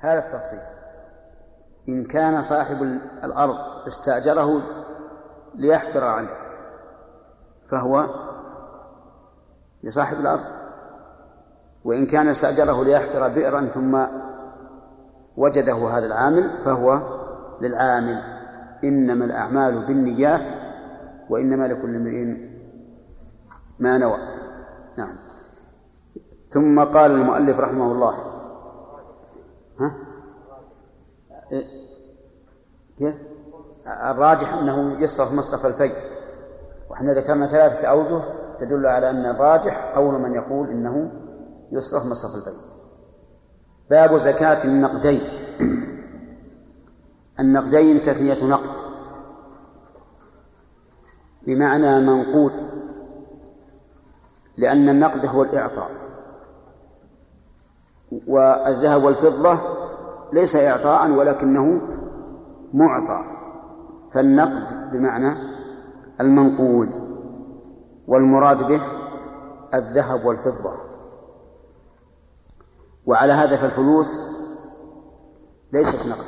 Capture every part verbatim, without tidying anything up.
هذا التفصيل. إن كان صاحب الأرض استأجره ليحفر عنه فهو لصاحب الأرض، وإن كان استأجره ليحفر بئرا ثم وجده هذا العامل فهو للعامل. إنما الأعمال بالنيات وإنما لكل امرئ ما نوى. نعم. ثم قال المؤلف رحمه الله ها؟ كيف؟ الراجح أنه يصرف مصرف الفي، وإحنا ذكرنا ثلاثة أوجه تدل على أن الراجح قول من يقول إنه يصرف مصرف الفي. باب زكاة النقدين. النقدين تثنية نقد بمعنى منقود، لأن النقد هو الإعطاء، والذهب والفضة ليس إعطاء ولكنه معطى، فالنقد بمعنى المنقود، والمراد به الذهب والفضة. وعلى هذا فالفلوس ليست نقد،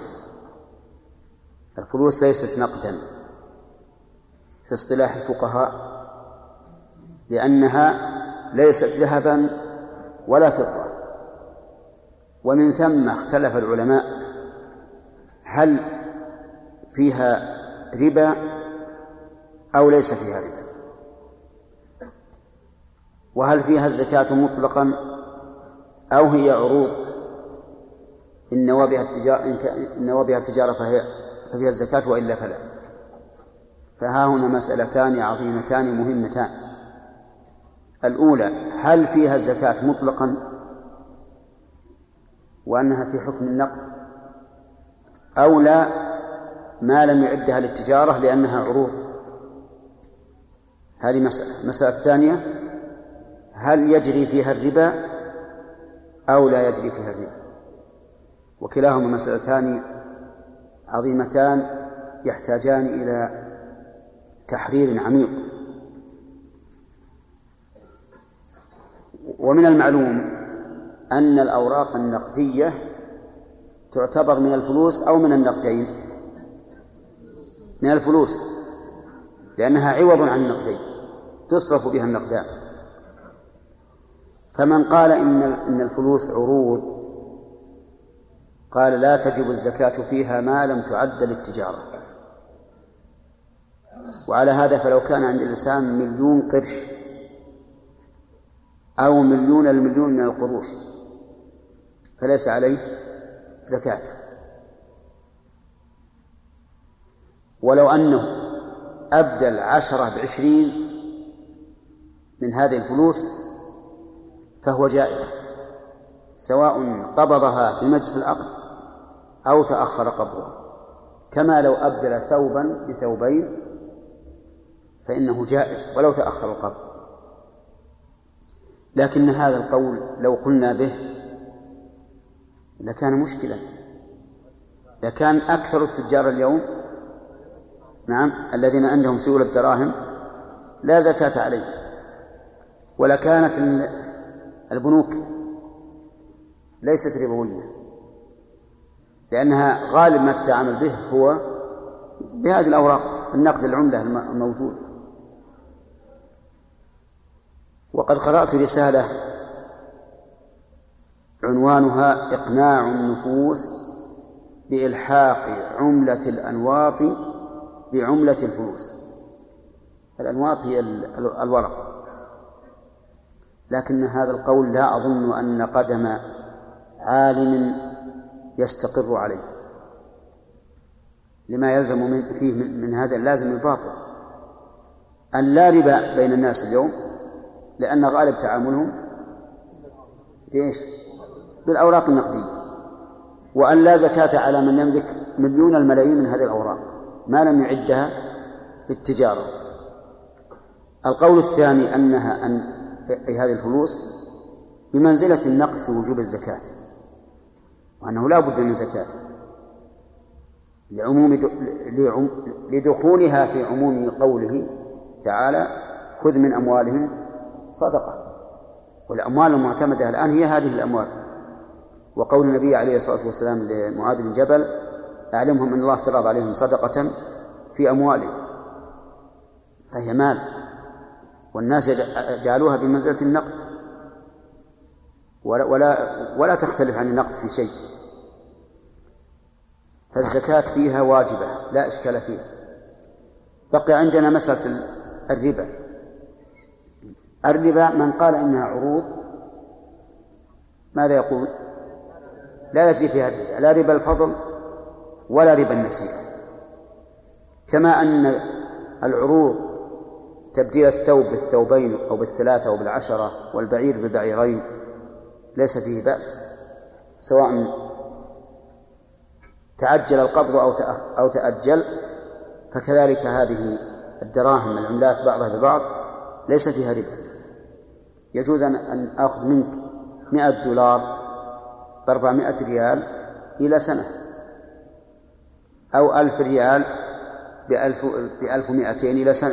الفلوس ليست نقدا في اصطلاح الفقهاء، لأنها ليست ذهبا ولا فضة. ومن ثم اختلف العلماء هل فيها ربا أو ليس فيها ربا، وهل فيها الزكاة مطلقا أو هي عروض إن نوى بها التجارة إن نوى بها التجارة فهي ففيها الزكاة وإلا فلا. فها هنا مسألتان عظيمتان مهمتان. الأولى هل فيها الزكاة مطلقا وأنها في حكم النقد، أو لا ما لم يعدها للتجارة لأنها عروض. هذه مسألة. المسألة الثانية هل يجري فيها الربا أو لا يجري فيها الربا. وكلاهما مسألتان عظيمتان يحتاجان إلى تحرير عميق. ومن المعلوم أن الأوراق النقدية تعتبر من الفلوس أو من النقدين، من الفلوس، لأنها عوض عن النقدين تصرف بها النقدان. فمن قال إن إن الفلوس عروض قال لا تجب الزكاة فيها ما لم تعد للتجارة. وعلى هذا فلو كان عند الإنسان مليون قرش أو مليون المليون من القروش فليس عليه زكاة. ولو أنه أبدل عشرة بعشرين من هذه الفلوس فهو جائز، سواء قبضها في مجلس العقد أو تأخر قبضها، كما لو أبدل ثوبا بثوبين فإنه جائز ولو تأخر القبض. لكن هذا القول لو قلنا به لكان مشكلا، لكان أكثر التجار اليوم نعم الذين عندهم سيولة الدراهم لا زكاة عليه، ولكانت البنوك ليست ربوية، لأنها غالب ما تتعامل به هو بهذه الأوراق النقد العملة الموجودة. وقد قرأت رسالة عنوانها إقناع النفوس بإلحاق عملة الأنواط بعملة الفلوس. الأنواط هي الورق، لكن هذا القول لا أظن أن قدم عالم يستقر عليه، لما يلزم من فيه من هذا اللازم الباطل أن لا ربا بين الناس اليوم، لأن غالب تعاملهم بإيش؟ بالأوراق النقدية، وأن لا زكاة على من يملك مليون الملايين من هذه الأوراق ما لم يعدها للتجارة. القول الثاني أنها أن أي هذه الفلوس بمنزلة النقد في وجوب الزكاة، وأنه لا بد من زكاة لعموم لدخولها في عموم قوله تعالى خذ من أموالهم صدقة، والأموال المعتمدة الآن هي هذه الأموال. وقول النبي عليه الصلاة والسلام لمعاذ بن جبل: أعلمهم أن الله افترض عليهم صدقة في أموالهم، فهي مال، والناس جعلوها بمنزلة النقد، ولا, ولا, ولا تختلف عن النقد في شيء، فالزكاة فيها واجبة لا إشكال فيها. بقي عندنا مسألة الربا. الربا من قال إنها عروض ماذا يقول؟ لا يجري فيها الربا، لا ربا الفضل ولا ربا النسيئة. كما أن العروض تبديل الثوب بالثوبين أو بالثلاثة أو بالعشرة والبعير بالبعيرين ليس فيه بأس، سواء تعجل القبض أو تأجل، فكذلك هذه الدراهم العملات بعضها ببعض ليس فيها ربا. يجوز أن آخذ منك مئة دولار بأربعمائة ريال إلى سنة، أو ألف ريال بألف, بألف ومائتين إلى سنة،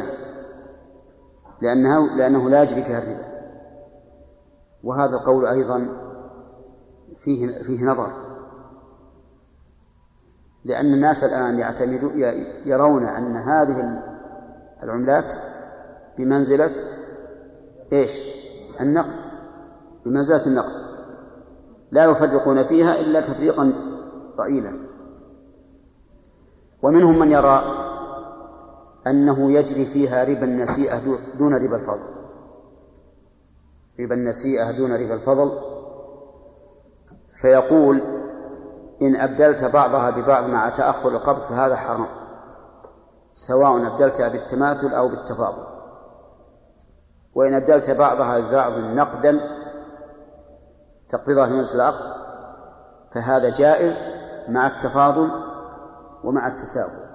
لأنه, لأنه لا يجري فيها الربا. وهذا القول أيضا فيه, فيه نظر، لأن الناس الآن يعتمدوا يرون أن هذه العملات بمنزلة إيش؟ النقد، بمنزلة النقد، لا يفرقون فيها إلا تفريقا ضئيلا. ومنهم من يرى أنه يجري فيها ربا النسيئة دون ربا الفضل، ربا النسيئة دون ربا الفضل، فيقول: إن أبدلت بعضها ببعض مع تأخر القبض فهذا حرام، سواء أبدلتها بالتماثل أو بالتفاضل. وإن أبدلت بعضها ببعض نقدا تقبضها في مجلس العقد فهذا جائز مع التفاضل ومع التساوي.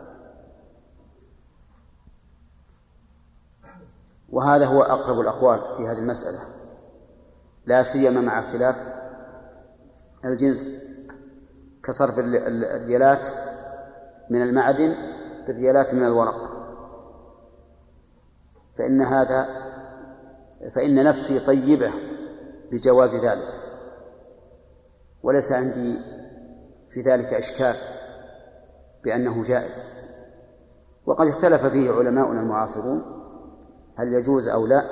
وهذا هو أقرب الأقوال في هذه المسألة، لا سيما مع اختلاف الجنس، كصرف الريالات من المعدن بالريالات من الورق، فإن هذا فإن نفسي طيبة بجواز ذلك، وليس عندي في ذلك إشكال بأنه جائز. وقد اختلف فيه علماؤنا المعاصرون هل يجوز أو لا،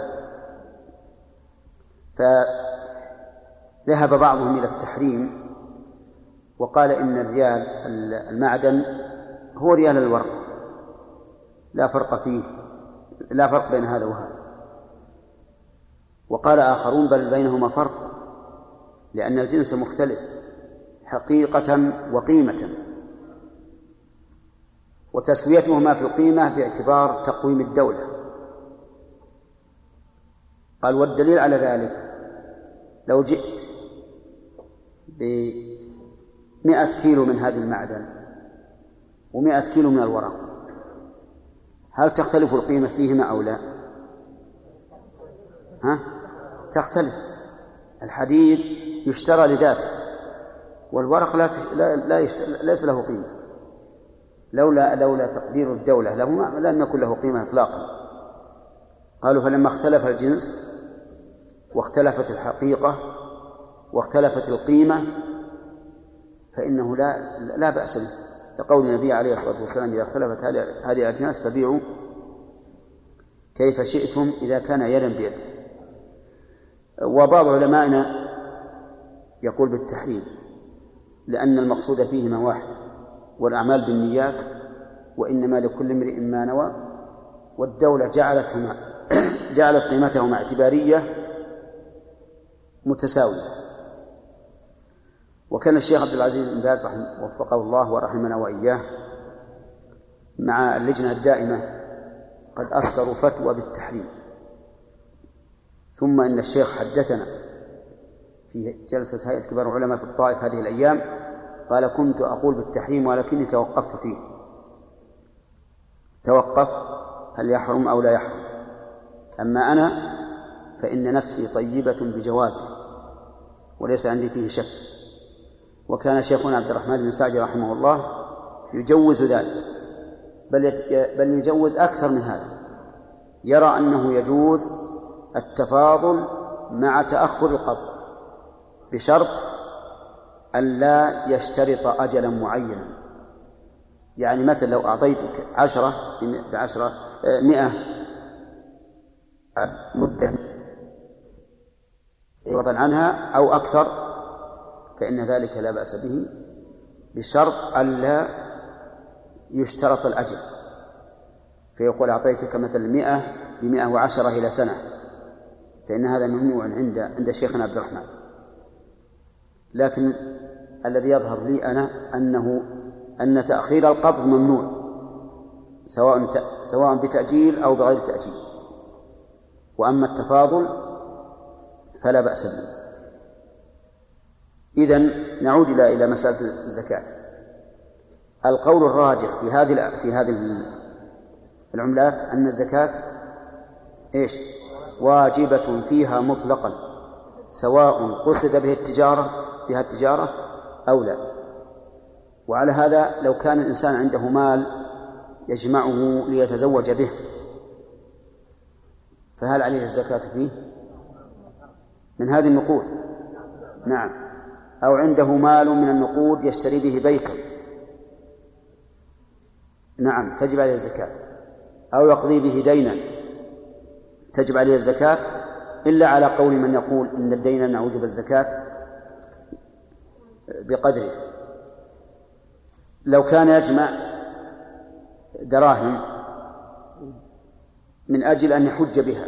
فذهب بعضهم إلى التحريم وقال إن الريال المعدن هو ريال الورق، لا فرق فيه، لا فرق بين هذا وهذا. وقال آخرون بل بينهما فرق، لأن الجنس مختلف حقيقة وقيمة، وتسويتهما في القيمة باعتبار تقويم الدولة. قال: والدليل على ذلك لو جئت بمئة كيلو من هذا المعدن ومئة كيلو من الورق، هل تختلف القيمة فيهما أو لا؟ ها؟ تختلف. الحديد يشترى لذاته، والورق لا لا لا ليس له قيمة، لولا لولا تقدير الدولة له لم يكن له قيمة إطلاقا. قالوا: فلما اختلف الجنس واختلفت الحقيقة واختلفت القيمة فإنه لا لا بأس به، لقول النبي عليه الصلاة والسلام: إذا اختلفت هذه الأجناس فبيعوا كيف شئتم إذا كان يدا بيد. وبعض علمائنا يقول بالتحريم، لأن المقصود فيهما واحد، والأعمال بالنيات وإنما لكل امرئ ما نوى، والدولة جعلتهما جعلت قيمتهما اعتبارية متساوية. وكان الشيخ عبد العزيز بن باز وفقه الله ورحمنا وإياه مع اللجنة الدائمة قد أصدروا فتوى بالتحريم. ثم إن الشيخ حدثنا في جلسة هيئة كبار العلماء في الطائف هذه الأيام قال: كنت أقول بالتحريم ولكني توقفت فيه. توقف هل يحرم أو لا يحرم. أما أنا فإن نفسي طيبة بجوازه وليس عندي فيه شك. وكان شيخنا عبد الرحمن بن سعدي رحمه الله يجوز ذلك، بل بل يجوز أكثر من هذا، يرى أنه يجوز التفاضل مع تأخر القبض بشرط ألا يشترط أجلا معينا. يعني مثلا لو أعطيتك عشرة بعشرة مئة مدة عوضا عنها أو أكثر فإن ذلك لا بأس به، بشرط ألا يشترط الأجل، فيقول أعطيتك مثلا مئة بمئة وعشرة إلى سنة، فإن هذا ممنوع عند عند شيخنا عبد الرحمن. لكن الذي يظهر لي أنا أنه أن تأخير القبض ممنوع، سواء سواء بتأجيل أو بغير تأجيل، وأما التفاضل فلا بأس به. إذن نعود إلى إلى مسألة الزكاة. القول الراجح في هذه في هذه العملات أن الزكاة إيش؟ واجبة فيها مطلقا، سواء قصد به التجارة بها التجارة أو لا. وعلى هذا لو كان الإنسان عنده مال يجمعه ليتزوج به فهل عليه الزكاة فيه من هذه النقود؟ نعم. أو عنده مال من النقود يشتري به بيتا، نعم تجب عليه الزكاة. أو يقضي به دينا تجب عليه الزكاة، إلا على قول من يقول إن الدين لا يوجب الزكاة بقدره. لو كان يجمع دراهم من أجل أن يحج بها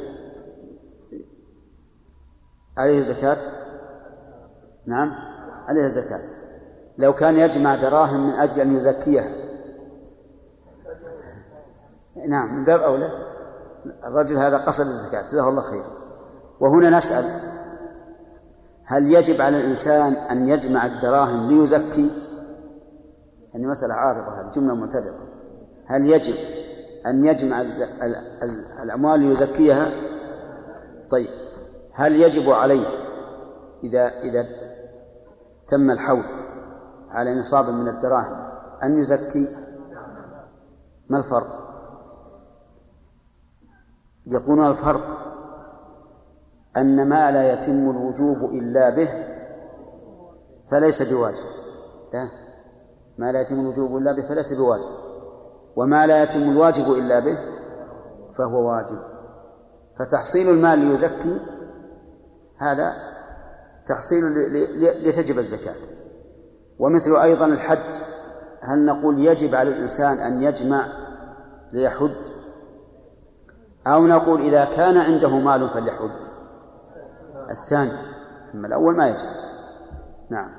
عليه الزكاة؟ نعم عليه الزكاة. لو كان يجمع دراهم من أجل أن يزكيها، نعم من باب أولى، الرجل هذا قصد الزكاة جزاه الله خير. وهنا نسأل هل يجب على الإنسان أن يجمع الدراهم ليزكي؟ يعني مسألة عارضة، هذه جملة معترضة. هل يجب أن يجمع الأموال ليزكيها؟ طيب هل يجب عليه إذا إذا تم الحول على نصاب من الدراهم أن يزكي؟ ما الفرق؟ يكون الفرق أن ما لا يتم الوجوب إلا به فليس بواجب، لا، ما لا يتم الوجوب إلا به فليس بواجب، وما لا يتم الواجب إلا به فهو واجب. فتحصيل المال ليزكي هذا تحصيل لتجب الزكاة. ومثل أيضا الحج، هل نقول يجب على الإنسان أن يجمع ليحج، أو نقول إذا كان عنده مال فليحج؟ الثاني، أما الأول ما يجب. نعم.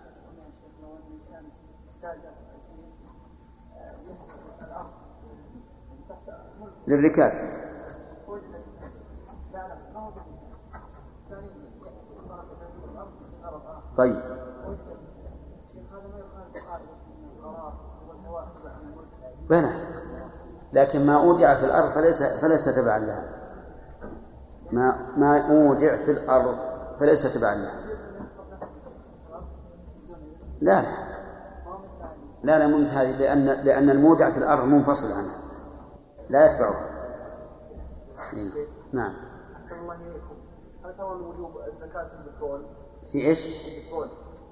للركاز. طيب بلى، لكن ما أودع في الأرض فليس فليس تبعا لها. ما ما أودع في الأرض فليس تبعا لها. لا لا لا لا مو هذه، لأن لأن المودع في الأرض منفصل عنها لا يتبعها. نعم. أحسن الله إليكم. هل ترى وجوب الزكاة في البترول؟ في إيش؟ البترول.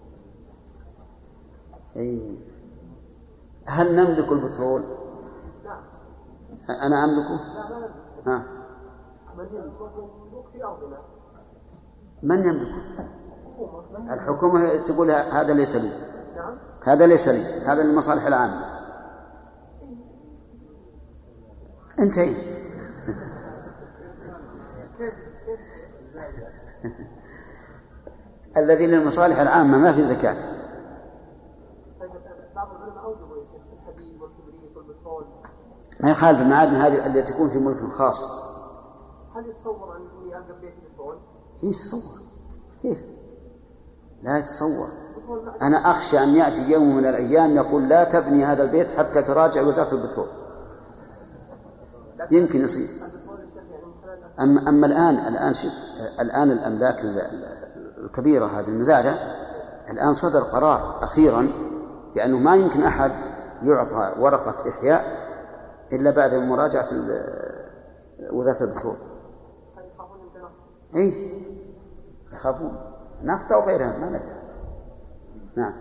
أي. هل نملك البترول؟ نعم. أنا أملكه؟ لا ما نملك. ها. من يملك في أرضنا؟ من يملكه؟ الحكومة تقول هذا ليس لي. نعم. هذا ليس لي، هذا للمصالح العامة. انتهي. الذي للمصالح العامة ما في زكاة. بعض العلماء أوجبوا يا شيخ الحديد والكبريت والبترول. ما يخالف المعادن هذه التي تكون في ملك خاص. هل يتصور أن يأجر بيت البترول؟ إيه يتصور؟ كيف؟ لا يتصور. أنا أخشى أن يأتي يوم من الأيام يقول لا تبني هذا البيت حتى تراجع وزارة البترول. يمكن يصير. أما, أما الآن الآن شوف الآن الأملاك الكبيرة هذه المزارع الآن صدر قرار أخيرا بأنه ما يمكن أحد يعطى ورقة إحياء إلا بعد مراجعة وزارة البترول. إيه يخافون نفط أو غيرها ما ندري. نعم.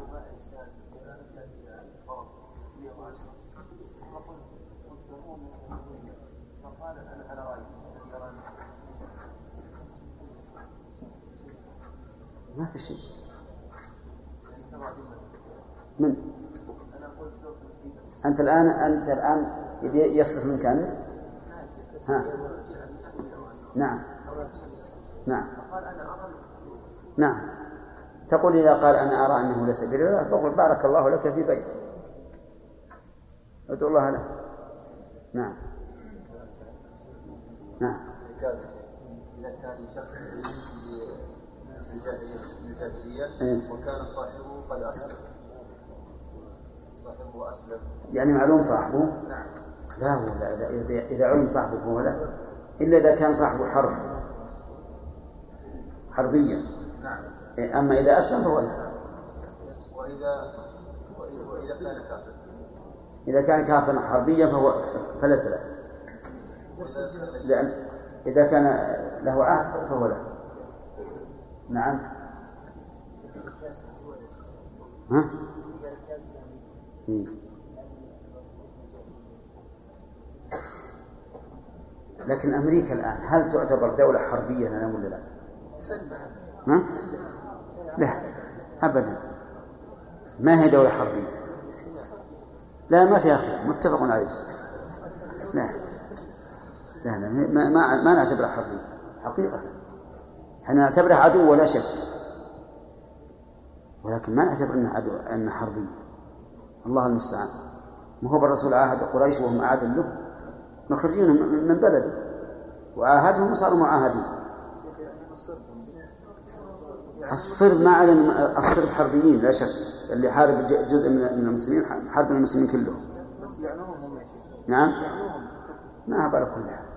ما في شيء. من أنت الآن أنت الآن يبي يصرف منك أنت؟ ها. نعم نعم نعم. تقول إذا قال أنا أرى أنه ليس بربا فقل بارك الله لك في بيتك، ادعو الله له. نعم نعم. إذا كان شخص في الجاهلية وكان صاحبه قد أسلم، صاحبه أسلم يعني معلوم صاحبه؟ نعم. لا ولا إذا إذا علم صاحبه فهو لا، إلا إذا كان صاحبه حرب حربيا. نعم. أما إذا أسلم فهو لا. وإذا وإذا كان كافر، إذا كان كافرا حربيا فهو فليس له، لأن إذا كان له عهد فهو له. نعم. ها؟ لكن أمريكا الآن هل تعتبر دولة حربية نعم ولا لا؟ ها؟ لا أبدا، ما هي دولة حربية. لا ما فيها خلاف، متفق عليه. لا لا لا ما ما, ما نعتبرها حربية حقيقة، احنا نعتبرها عدو ولا شك، ولكن ما نعتبر أنها عدو أنها حربية. الله المستعان. ما هو بالرسول عاهد قريش وهم أعاد له مخرجينهم من بلده وعاهدهم وصاروا معاهدين. الصرب ما علم الصرب حربيين لا شك، اللي حارب جزء من المسلمين حارب المسلمين كلهم. بس يعنوهم هم يا شيخ. نعم. ما أبالك كلها.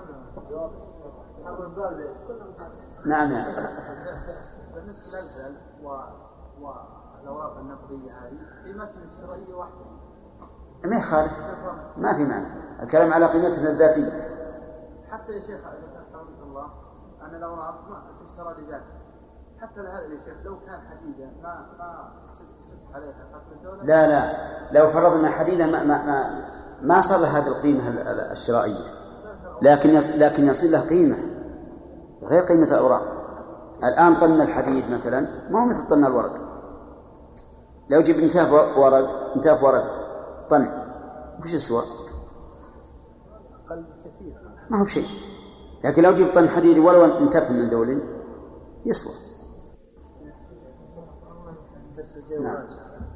نعم يا بالنسبة للأجل والأوراق النقدية هذه في مثل الشرعية واحدة ما يخالف، ما في معنى الكلام على قيمتها الذاتية. حتى يا شيخ حفظك الله أن الأوراق ما تشترى لذاتها، حتى هذا يا شيخ لو كان حديدا ما ما يصف عليها قتل الدولة. لا لا لو فرضنا حديدا ما ما ما, ما صار له هذه القيمة الشرائية، لكن لكن يصير له قيمة غير قيمة الأوراق. الآن طن الحديد مثلا ما هو مثل طن الورق. لو جيب انتاف ورق انتاف ورق طن وش يسوى؟ أقل كثير ما هو شيء. لكن لو جيب طن حديد ولو انتف من دول يسوى. نعم.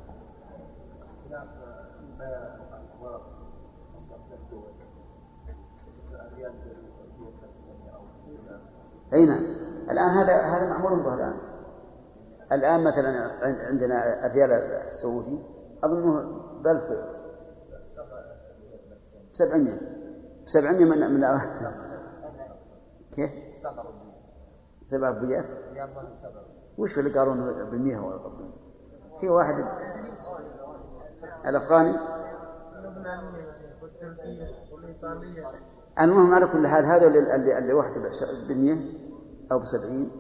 أي نعم. الآن هذا هذا معمول به الآن. الآن مثلا عندنا الريال السعودي أظنه بألف سبعمية سبعمية من من كيف؟ سبع ربيات. وش اللي قالون بالمئة ولا في واحد الأفغاني. المهم على كل حال هذا اللي اللي واحد بالمئة أو بسبعين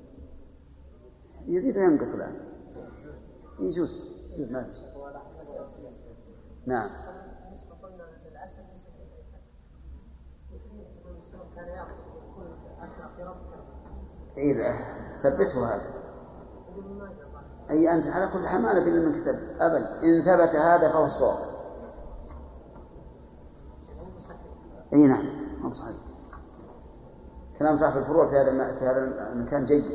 يزيد وينقص الآن يجوز يجوز ما فيش. نعم. إيه لا ثبته هذا. أي أنت على كل حال ما نبي من كتاب أبدا. إن ثبت هذا فهو الصواب. أي نعم هو صحيح. كلام صاحب الفروع في هذا في هذا المكان جيد.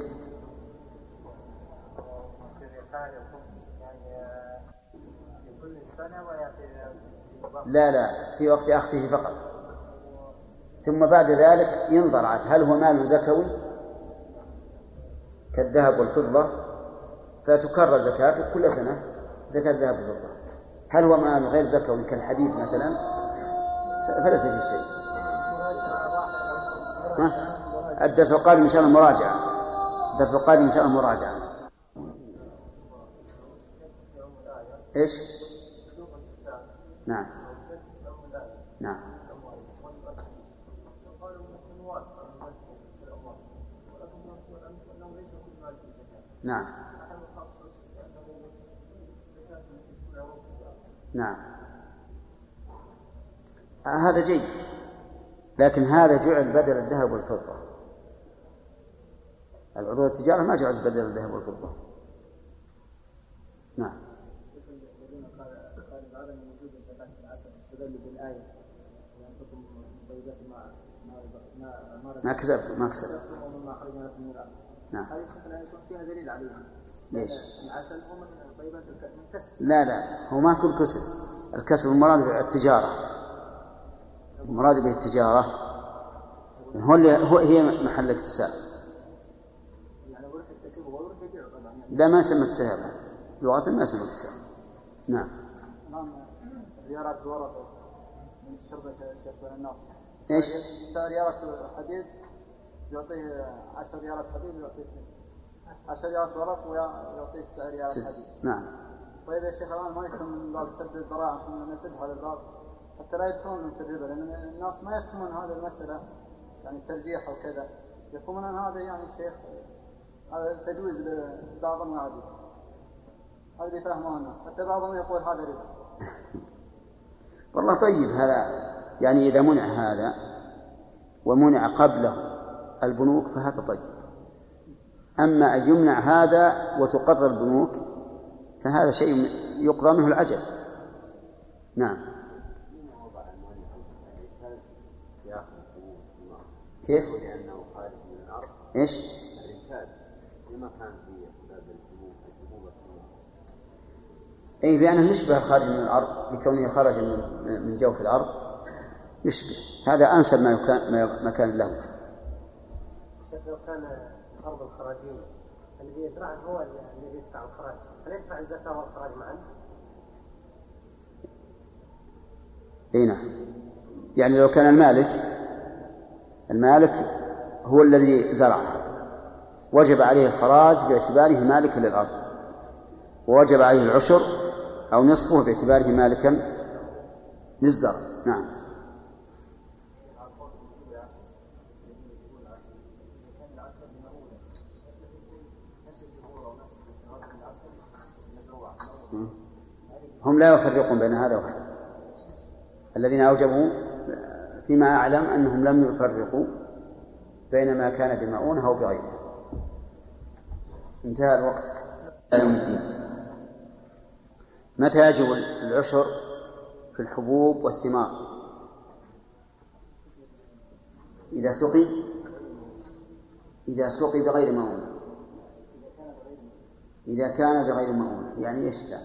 لا لا في وقت أخذه فقط، ثم بعد ذلك ينظر عاد هل هو مال زكوي كالذهب والفضة فتكرر زكاته كل سنة زكاة الذهب والفضة. هل هو مال غير زكوي كالحديد مثلا فليس فيه شيء. الدرس القادم إن شاء الله مراجعة. الدرس القادم إن شاء الله مراجعة. إيش؟ نعم نعم نعم نعم هذا جيد، لكن هذا جعل بدل الذهب والفضة. العروض التجارة ما جعلت بدل الذهب والفضة. نعم. الذين قال قال بعدم وجود زكاة العسل استدلوا بالآية لأنفسكم طيبات ما ما ما كسبتم ما كسبتم ومما أخرجنا لكم من الأرض. نعم. هذه شكلها يكون فيها دليل عليها. ليش؟ العسل هو من طيبات الكسب. لا لا هو ما كل كسب، الكسب المراد بالتجارة، المراد به التجارة هو اللي هو هي محل اكتساب. يعني هو يكتسب وهو يروح يبيع طبعا. لا ما يسمى اكتساب، لغة ما يسمى اكتساب. نعم. نعم ريالات الورق من الشرطة شيخ بين الناس. ايش؟ سعر ريالات حديد يعطيه عشر ريالات حديد ويعطيه عشر ريالات ورق ويعطيه تسع ريالات حديد. نعم. طيب يا شيخ الآن ما يفهم من باب سد الذرائع، كنا نسد هذا الباب حتى لا يدخلون في الربا، لأن الناس ما يفهمون هذه المسألة يعني ترجيح وكذا، يفهمون أن هذا يعني شيخ هذا تجويز لبعض المعادي، هذا اللي فهموه الناس، حتى بعضهم يقول هذا ربا. والله طيب هذا يعني إذا منع هذا ومنع قبله البنوك فهذا طيب، أما أن يمنع هذا وتقرر البنوك فهذا شيء يقضى منه العجل. نعم. كيف؟ لأنه خارج من الأرض. إيش؟ الركاز لما كان في باب الحبوب الحبوب أي لأنه يشبه الخارج من الأرض لكونه خرج من جوف الأرض يشبه، هذا أنسب ما يكان ما كان له. شيخ لو كان أرض الخراجين الذي يزرعه هو الذي يدفع الخراج، هل يدفع الزكاة والخراج معا؟ اي نعم، يعني لو كان المالك المالك هو الذي زرعها وجب عليه الخراج باعتباره مالكا للأرض، ووجب عليه العشر أو نصفه باعتباره مالكا للزرع. نعم. هم لا يفرقون بين هذا وهذا، الذين أوجبوا فيما أعلم أنهم لم يفرقوا بين ما كان بمؤونة أو بغيره. انتهى الوقت. متى يجب العشر في الحبوب والثمار؟ إذا سقي إذا سقي بغير مؤونة. إذا كان بغير مؤونة يعني إيش؟ لا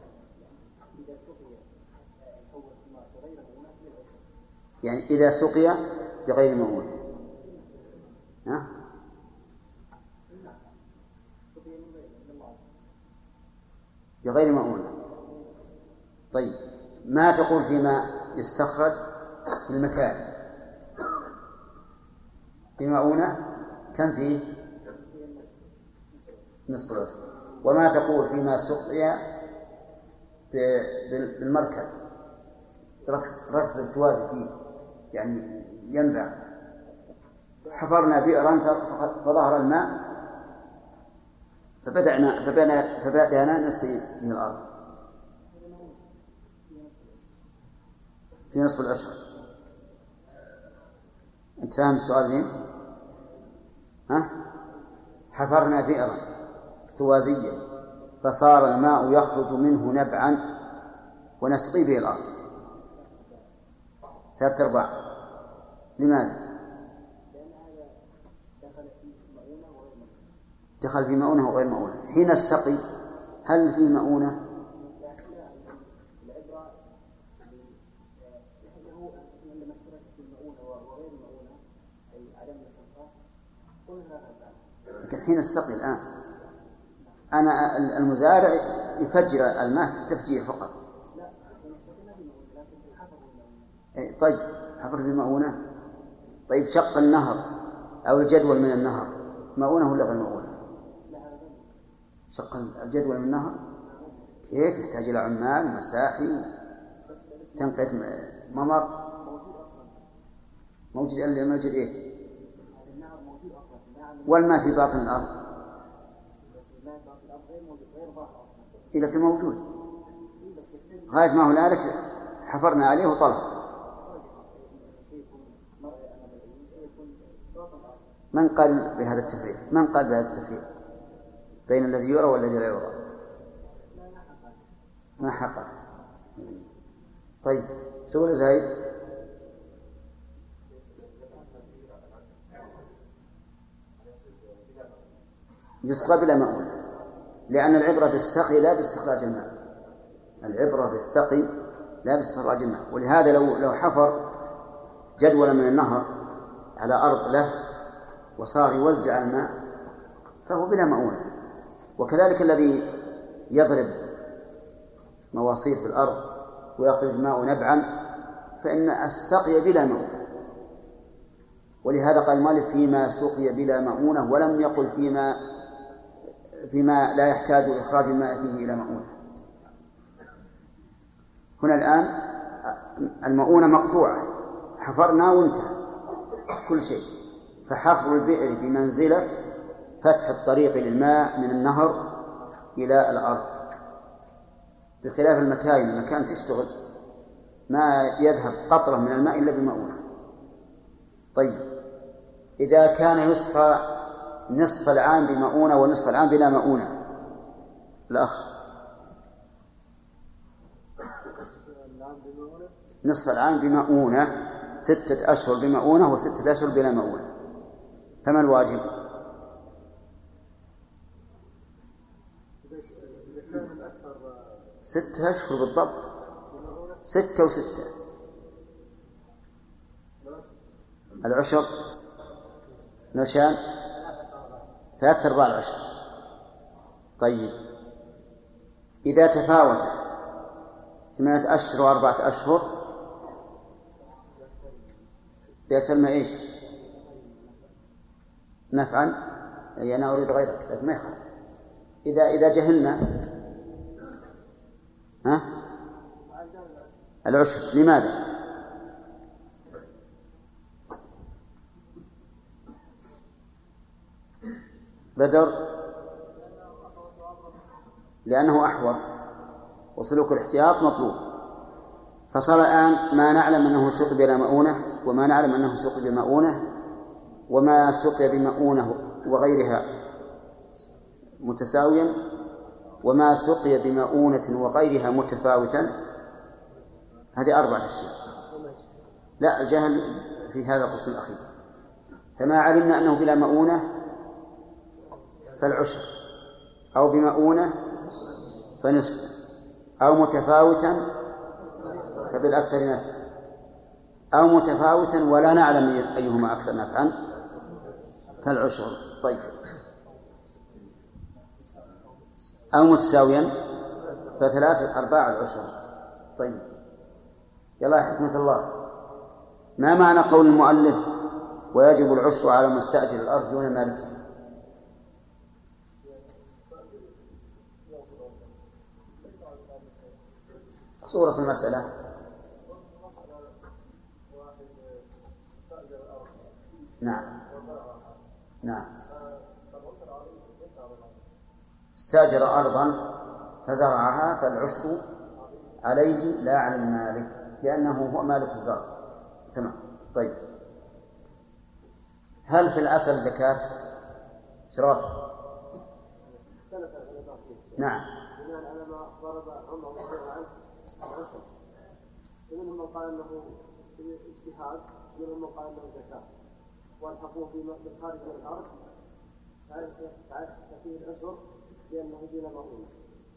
يعني إذا سقي بغير مؤونة. ها؟ بغير مؤونة. طيب ما تقول فيما يستخرج في المكان بمؤونة كم فيه؟ نصف العشر. وما تقول فيما سقي بالمركز ركز التوازي فيه يعني ينبع، حفرنا بئرا فظهر الماء فبدأنا فبدأنا فبدأنا نسقي من الأرض في نصف العشر. أنت فاهم السؤال زين؟ ها؟ حفرنا بئرا توازيا فصار الماء يخرج منه نبعا ونسقي به الأرض ثلاثة أرباع. لماذا؟ دخل في مؤونة وغير مؤونة. حين السقي هل في مؤونة؟ لكن حين السقي الآن أنا المزارع يفجر الماء تفجير فقط. طيب حفر في مؤونة. طيب شق النهر أو الجدول من النهر مؤونة ولا غير مؤونة؟ شق الجدول من النهر كيف يحتاج إلى عمال ومساحي تنقية ممر موجود اللي موجود إيه والماء في باطن الأرض إذا كان موجود غاية ما هنالك حفرنا عليه وطلب. من قال بهذا التفريق؟ من قال بهذا التفريق بين الذي يرى والذي لا يرى؟ ما حقق. طيب شو زايد؟ يسقى بلا مؤونة، لأن العبرة بالسقي لا باستخراج الماء. العبرة بالسقي لا باستخراج الماء. ولهذا لو لو حفر جدولا من النهر على أرض له وصار يوزع الماء فهو بلا مؤونة. وكذلك الذي يضرب مواسير في الأرض ويخرج الماء نبعا فإن السقي بلا مؤونة. ولهذا قال مالك فيما سقي بلا مؤونة، ولم يقل فيما فيما لا يحتاج إخراج الماء فيه إلى مؤونة. هنا الآن المؤونة مقطوعة، حفرنا وانتهى كل شيء، فحفر البئر بمنزلة فتح الطريق للماء من النهر إلى الأرض، بخلاف المكاين. المكان تشتغل ما يذهب قطرة من الماء إلا بمؤونة. طيب إذا كان يسقى نصف العام بمؤونة ونصف العام بلا مؤونة، الأخ نصف العام بمؤونة، ستة أشهر بمؤونة وستة أشهر بلا مؤونة، فما الواجب؟ ستة أشهر بالضبط، ستة وستة. العشر نشان ثلاثة أرباع العشر. طيب إذا تفاوت ثمانية أشهر وأربعة أشهر بيكلمة إيش؟ نفعا، أي أنا أريد غيرك لكن ما يخالف. إذا إذا جهلنا ها العشر. لماذا؟ بدر لأنه أحوط وسلوك الاحتياط مطلوب. فصار الآن ما نعلم أنه سقي بلا مؤونة وما نعلم أنه سقي بمؤونة، وما سقي بمؤونة وغيرها متساويا، وما سقي بمؤونة وغيرها متفاوتا. هذه أربعة أشياء. لا، الجهل في هذا القسم الأخير. فما علمنا أنه بلا مؤونة فالعشر، أو بمؤونة فنصف، أو متفاوتا فبالأكثر نفع، أو متفاوتا ولا نعلم أيهما أكثر نفعا فالعشر. طيب أو متساويا فثلاثة أرباع العشر. طيب يلا حكمة الله، ما معنى قول المؤلف ويجب العشر على مستأجر الأرض دون مالكها؟ صورة المسألة. نعم نعم استاجر أرضا فزرعها فالعشر عليه لا على المالك، لأنه هو مالك الزرع. تمام. طيب هل في العسل زكاة؟ شراف. نعم. على ما ضرب عمر رضي الله عنه العشر، منهم من قال انه اجتهاد، منهم من قال انه زكاة، والحقوه بالخارج من الارض ففيه العشر لانه بلا مؤونة.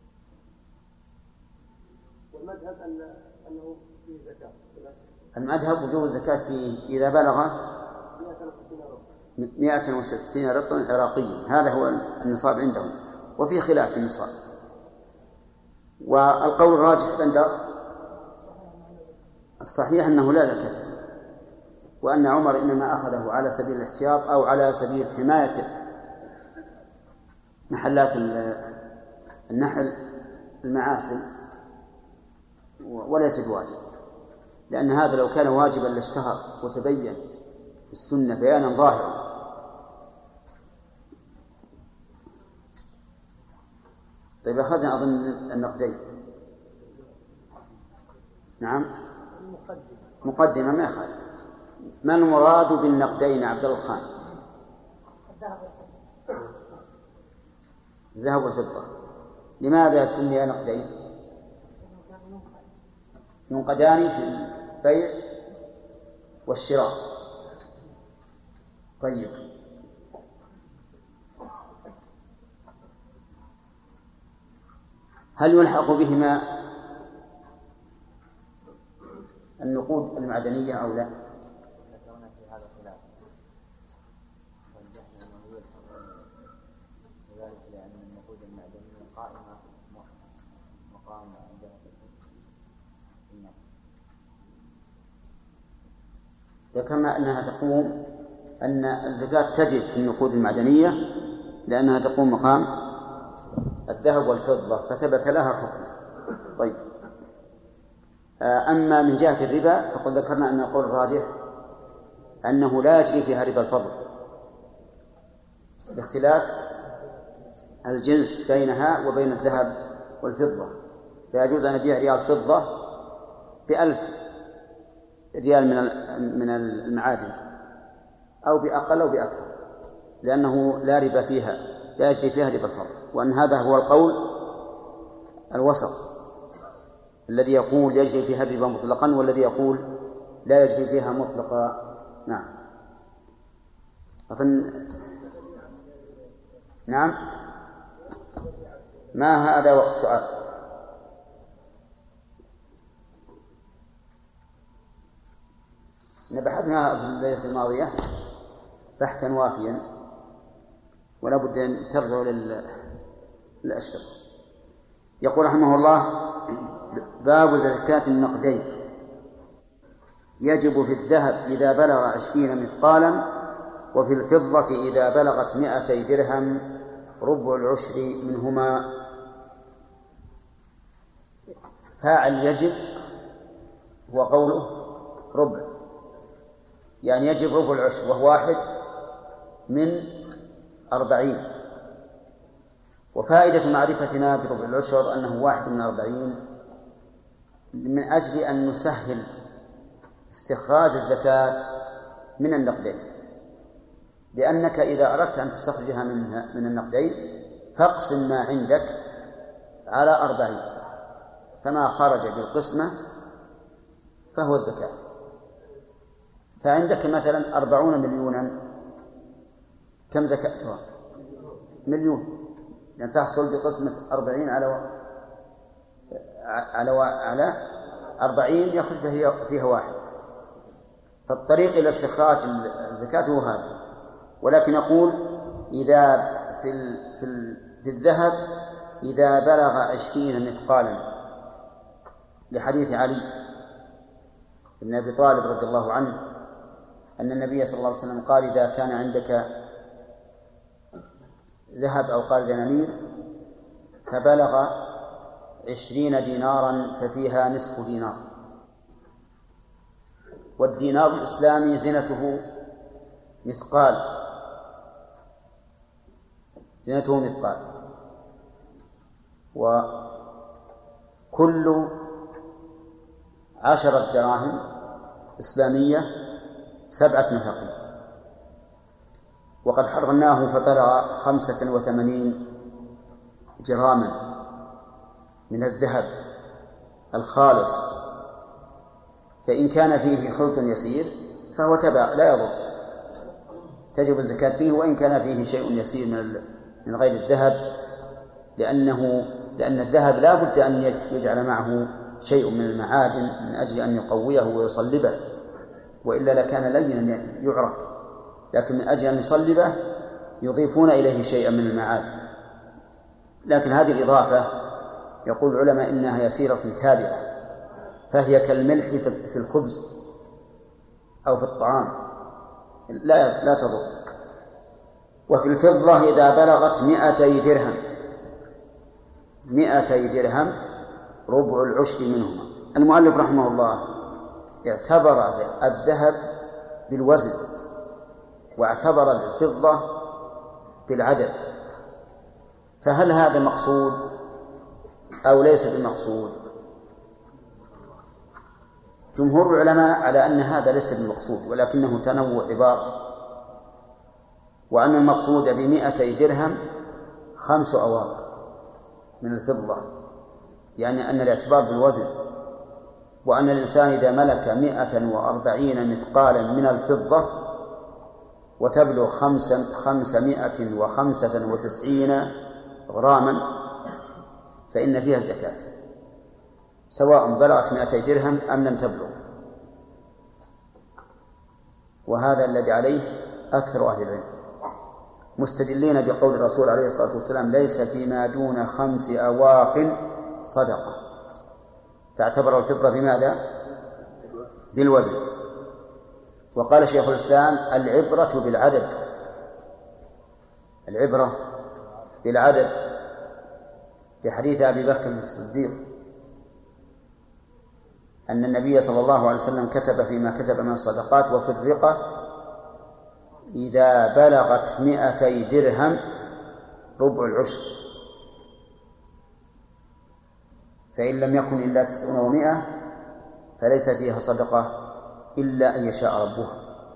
والمذهب ان انه فيه زكاة. المذهب وجوب الزكاة فيه إذا بلغ مئة وستين رطلا عراقيا، هذا هو النصاب عندهم، وفي خلاف في النصاب. والقول الراجح عند الصحيح أنه لا زكاة، وأن عمر إنما أخذه على سبيل الاحتياط أو على سبيل حماية محلات النحل المعاصي، وليس بواجب، لأن هذا لو كان واجبا لاشتهر وتبين السنة بيانا ظاهرا. طيب أخذنا أظن النقدين. نعم مقدمة ما يخالف. ما المراد بالنقدين عبد الله خان؟ الذهب والفضة. لماذا سمي نقدين؟ ينقدان في البيع والشراء. طيب هل يلحق بهما النقود المعدنية أو لا؟ ذكرنا أنها تقوم أن الزكاة تجب في النقود المعدنية لأنها تقوم مقام الذهب والفضة فثبت لها حكم. طيب أما من جهة الربا فقد ذكرنا أن القول الراجح أنه لا يجري فيها ربا الفضل باختلاف الجنس بينها وبين الذهب والفضة، فيجوز أن يبيع ريال فضة بألف ريال من المعادن أو بأقل أو بأكثر لأنه لا ربا فيها، لا يجري فيها ربا الفضل. وأن هذا هو القول الوسط الذي يقول يجري فيها الربا مطلقا والذي يقول لا يجري فيها مطلقا. نعم أظن نعم ما هذا وقت السؤال. بحثنا في الليلة الماضية بحثا وافيا ولا بد أن ترجعوا للأشرف. يقول رحمه الله باب زكاة النقدين. يجب في الذهب إذا بلغ عشرين مثقالا وفي الفضة إذا بلغت مائتي درهم ربع العشر منهما. فاعل يجب هو قوله ربع، يعني يجب ربع العشر وهو واحد من أربعين. وفائدة معرفتنا بربع العشر أنه واحد من أربعين من أجل أن نسهل استخراج الزكاة من النقدين، لأنك إذا أردت أن تستخرجها من النقدين فاقسم ما عندك على أربعين، فما خرج بالقسمة فهو الزكاة. فعندك مثلا أربعون مليونا، كم زكاتها؟ مليون، لأن تحصل بقسمة أربعين على و... على و... على أربعين يخرج فيها واحد. فالطريق إلى استخراج الزكاة هو هذا. ولكن يقول إذا في ال... في, ال... في الذهب إذا بلغ عشرين مثقالا، لحديث علي بن أبي طالب رضي الله عنه أن النبي صلى الله عليه وسلم قال إذا كان عندك ذهب أو قال دنانير فبلغ عشرين دينارا ففيها نصف دينار. والدينار الإسلامي زنته مثقال، زنته مثقال، وكل عشرة دراهم إسلامية سبعة مثاقيل. وقد حررناه فبلغ خمسة وثمانين جراما من الذهب الخالص، فإن كان فيه خلط يسير فهو تبع لا يضر، تجب الزكاة فيه، وإن كان فيه شيء يسير من من غير الذهب، لأنه لأن الذهب لا بد أن يجعل معه شيء من المعادن من أجل أن يقويه ويصلبه، وإلا لكان لينا يعرق، لكن من أجل أن يصلبه يضيفون إليه شيئا من المعادن. لكن هذه الإضافة يقول العلماء إنها يسيرة تابعة، فهي كالملح في الخبز أو في الطعام لا لا تضر. وفي الفضة إذا بلغت مئتي درهم، مئتي درهم ربع العشر منهما. المؤلف رحمه الله اعتبر الذهب بالوزن واعتبر الفضة بالعدد، فهل هذا مقصود أو ليس بمقصود؟ جمهور العلماء على أن هذا ليس بالمقصود، ولكنه تنوع عبارة، وأن المقصود بمئتي درهم خمس أواق من الفضة، يعني أن الاعتبار بالوزن، وأن الإنسان إذا ملك مئة وأربعين مثقالا من الفضة وتبلغ خمسة خمسمائة وخمسة وتسعين غراما فإن فيها الزكاة، سواء بلغت مئتي درهم أم لم تبلغ. وهذا الذي عليه أكثر أهل العلم، مستدلين بقول الرسول عليه الصلاة والسلام: ليس فيما دون خمس أواق صدقة، فاعتبر الفضة بماذا؟ بالوزن. وقال شيخ الإسلام: العبرة بالعدد، العبرة بالعدد، لحديث أبي بكر الصديق أن النبي صلى الله عليه وسلم كتب فيما كتب من الصدقات: وفي الرقة إذا بلغت مئتي درهم ربع العشر، فإن لم يكن إلا تسعون ومائة فليس فيها صدقة إلا أن يشاء ربها.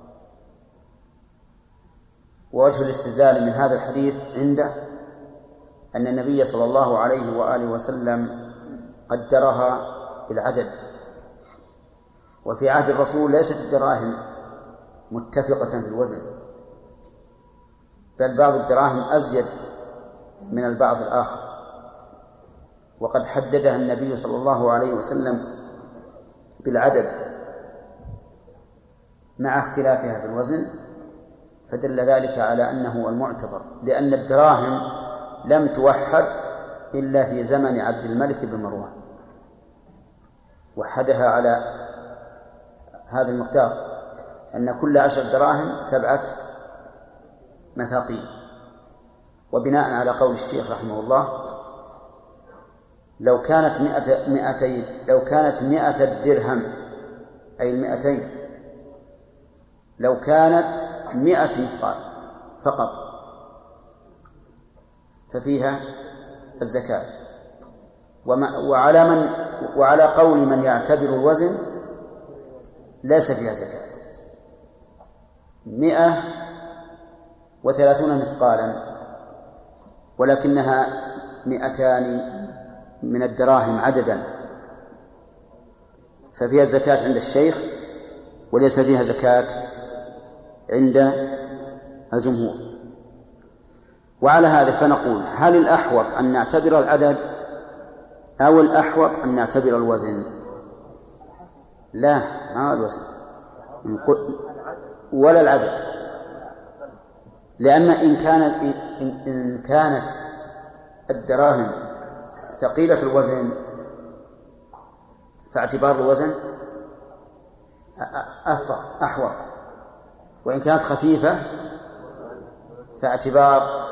ووجه الاستدلال من هذا الحديث عنده أن النبي صلى الله عليه وآله وسلم قدرها بالعدد، وفي عهد الرسول ليست الدراهم متفقة في الوزن، بل بعض الدراهم أزيد من البعض الآخر، وقد حددها النبي صلى الله عليه وسلم بالعدد مع اختلافها في الوزن، فدل ذلك على أنه المعتبر، لأن الدراهم لم توحد إلا في زمن عبد الملك بن مروان، وحدها على هذا المقدار، أن كل عشر دراهم سبعة مثاقيل. وبناء على قول الشيخ رحمه الله: لو كانت مئة مئتين لو كانت مئة درهم أي المئتين لو كانت مئة مثقال فقط ففيها الزكاة. وما وعلى من وعلى قول من يعتبر الوزن ليس فيها زكاة. مئة وثلاثون مثقالا ولكنها مئتان من الدراهم عددا، ففيها الزكاة عند الشيخ وليس فيها زكاة عند الجمهور. وعلى هذا فنقول: هل الأحوط أن نعتبر العدد أو الأحوط أن نعتبر الوزن؟ لا، ما هو الوزن ولا العدد، لأن إن كانت إن كانت الدراهم ثقيلة الوزن فاعتبار الوزن أفضل أحوط، وإن كانت خفيفة فاعتبار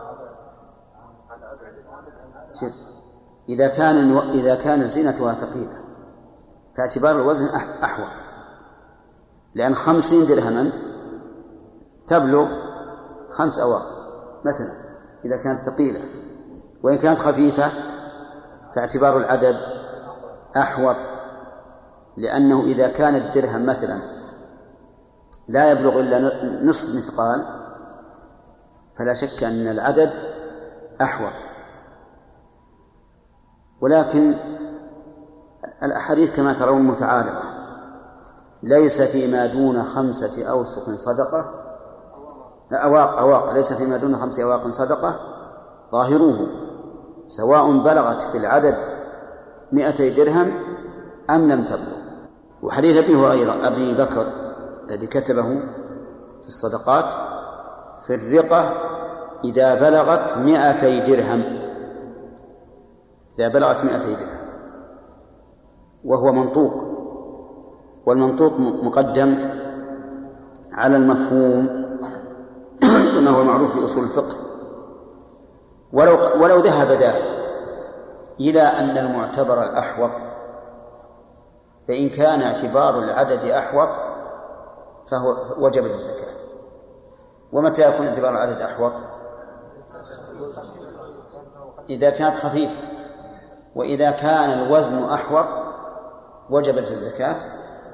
إذا كان إذا كان زينتها ثقيلة فاعتبار الوزن أحوط، لأن خمسين درهما تبلغ خمس أواق مثلا إذا كانت ثقيلة، وإن كانت خفيفة فاعتبار العدد أحوط، لأنه إذا كان الدرهم مثلا لا يبلغ إلا نصف مثقال فلا شك أن العدد أحوط. ولكن الأحاديث كما ترون متعارضة: ليس فيما دون خمسة أوسق صدقة أواق أواق ليس فيما دون خمسة أواق صدقة ظاهروه سواء بلغت في العدد مئتي درهم أم لم تبلغ. وحديث أبي هريرة أبي بكر الذي كتبه في الصدقات: في الرقة إذا بلغت مئتي درهم إذا بلغت مئتي درهم وهو منطوق، والمنطوق مقدم على المفهوم كما هو معروف في أصول الفقه. ولو, ولو ذهب ذاهب إلى أن المعتبر الأحوط فإن كان اعتبار العدد أحوط فهو وجب الزكاة. ومتى يكون اعتبار العدد أحوط؟ إذا كانت خفيفة. وإذا كان الوزن أحوط وجبت الزكاة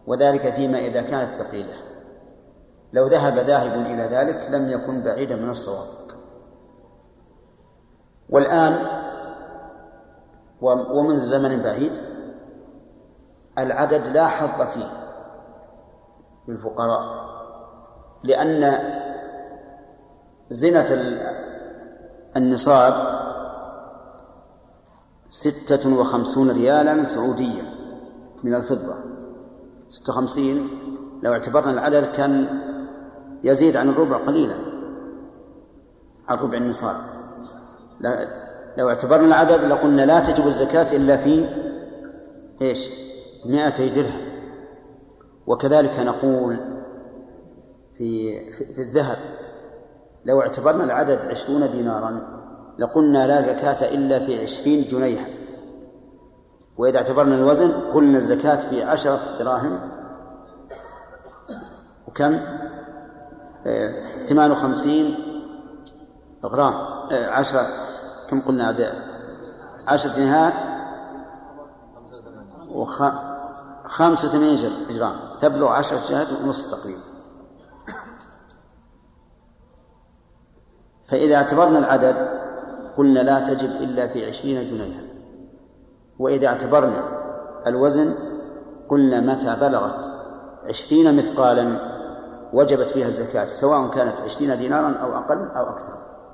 وذلك فيما إذا كانت ثقيلة. لو ذهب ذاهب إلى ذلك لم يكن بعيدا من الصواب. والآن ومن زمن بعيد العدد لا حظ فيه للفقراء، لأن زينة النصاب ستة وخمسون ريالا سعوديا من الفضة. ستة وخمسين لو اعتبرنا العدد كان يزيد عن الربع قليلا، عن ربع النصاب. لو اعتبرنا العدد لقلنا لا تجب الزكاة إلا في إيش؟ مائتي درهم. وكذلك نقول في, في الذهب، لو اعتبرنا العدد عشرون دينارا لقلنا لا زكاة إلا في عشرين جنيها. وإذا اعتبرنا الوزن قلنا الزكاة في عشرة دراهم وكم؟ ثمان وخمسين غرام. اه عشرة كم قلنا؟ عدد عشرة جنيهات وخمسة وثمانين جرام، تبلغ عشرة جنيهات ونصف تقريبا. فإذا اعتبرنا العدد قلنا لا تجب إلا في عشرين جنيها. وإذا اعتبرنا الوزن قلنا متى بلغت عشرين مثقالا وجبت فيها الزكاة، سواء كانت عشرين دينارا أو أقل أو أكثر.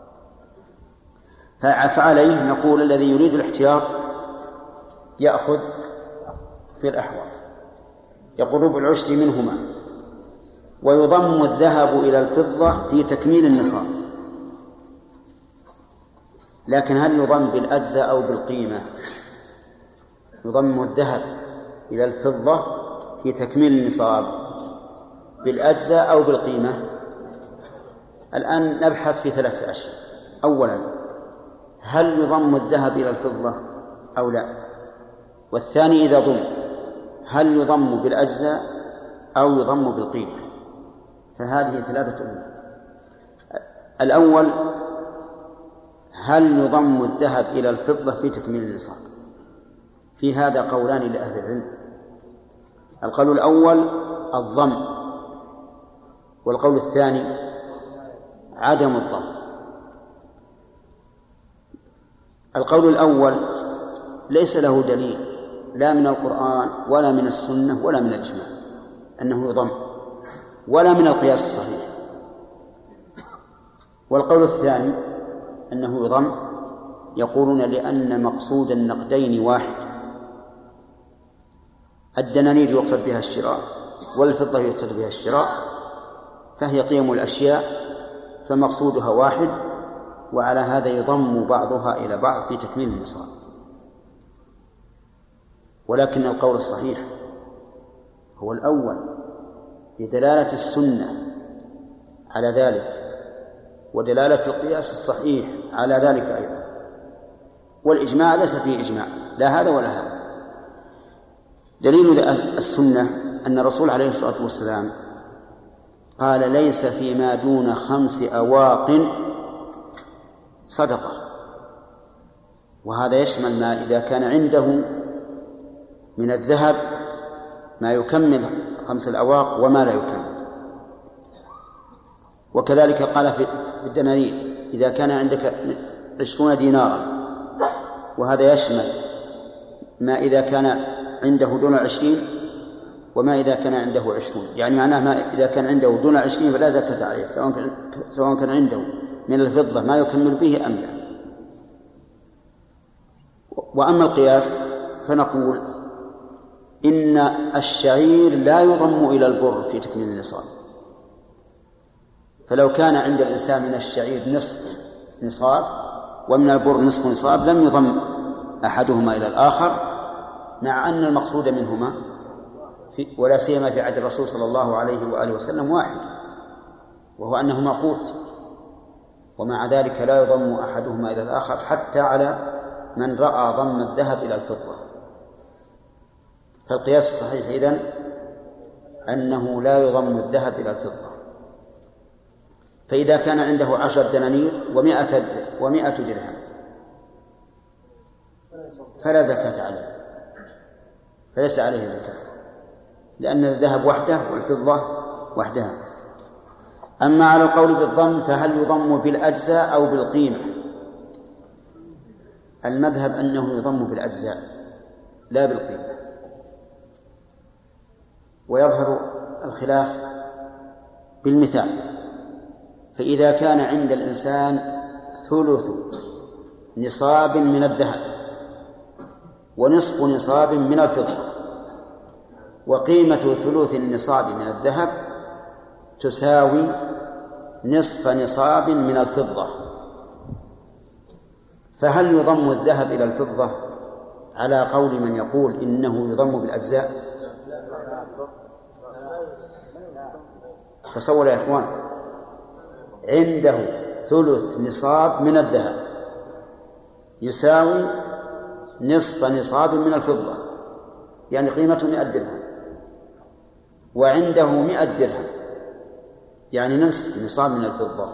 فعليه نقول الذي يريد الاحتياط يأخذ في الأحوط، يقول ربع العشر منهما. ويضم الذهب إلى الفضة في تكميل النصاب. لكن هل يضم بالأجزاء أو بالقيمة؟ يضم الذهب إلى الفضة في تكميل النصاب بالأجزاء أو بالقيمة؟ الآن نبحث في ثلاث أشياء. أولا، هل يضم الذهب إلى الفضة أو لا؟ والثاني إذا ضم هل يضم بالأجزاء أو يضم بالقيمة؟ فهذه ثلاثة أمور. الأول، هل يضم الذهب إلى الفضة في تكميل النصاب؟ في هذا قولان لأهل العلم. القول الأول الضم، والقول الثاني عدم الضم. القول الأول ليس له دليل لا من القرآن ولا من السنة ولا من الإجماع أنه يضم، ولا من القياس الصحيح. والقول الثاني أنه يضم، يقولون لأن مقصود النقدين واحد. الدنانير يقصد بها الشراء والفضة يقصد بها الشراء، فهي قيم الأشياء فمقصودها واحد، وعلى هذا يضم بعضها إلى بعض في تكميل النصاب. ولكن القول الصحيح هو الأول بدلالة السنة على ذلك ودلالة القياس الصحيح على ذلك أيضا، والإجماع ليس فيه إجماع لا هذا ولا هذا. دليل السنة أن الرسول عليه الصلاة والسلام قال ليس فيما دون خمس أواق صدقة، وهذا يشمل ما إذا كان عنده من الذهب ما يكمل خمس الأواق وما لا يكمل. وكذلك قال في الدنانير إذا كان عندك عشرون دينارا، وهذا يشمل ما إذا كان عنده دون عشرين وما إذا كان عنده عشرون، يعني معناه ما إذا كان عنده دون عشرين فلا زكاة عليه، سواء كان, سواء كان عنده من الفضة ما يكمل به أم لا. وأما القياس فنقول إن الشعير لا يضم إلى البر في تكميل النصاب، فلو كان عند الإنسان من الشعير نصف نصاب ومن البر نصف نصاب لم يضم أحدهما إلى الآخر، مع أن المقصود منهما في ولا سيما في عهد الرسول صلى الله عليه وآله وسلم واحد، وهو أنهما قوت، ومع ذلك لا يضم أحدهما إلى الآخر حتى على من رأى ضم الذهب إلى الفضة. فالقياس الصحيح إذن أنه لا يضم الذهب إلى الفضة. فإذا كان عنده عشر دنانير ومائة ومائة درهم فلا زكاة عليه، فليس عليه زكاة. لأن الذهب وحده والفضة وحدها. أما على القول بالضم فهل يضم بالأجزاء أو بالقيمة؟ المذهب أنه يضم بالأجزاء لا بالقيمة، ويظهر الخلاف بالمثال. فإذا كان عند الإنسان ثلث نصاب من الذهب ونصف نصاب من الفضة، وقيمة ثلث النصاب من الذهب تساوي نصف نصاب من الفضة، فهل يضم الذهب إلى الفضة على قول من يقول إنه يضم بالأجزاء؟ تصور يا إخوان، عنده ثلث نصاب من الذهب يساوي نصف نصاب من الفضة، يعني قيمته مئة درهم، وعنده مئة درهم يعني نصف نصاب من الفضة،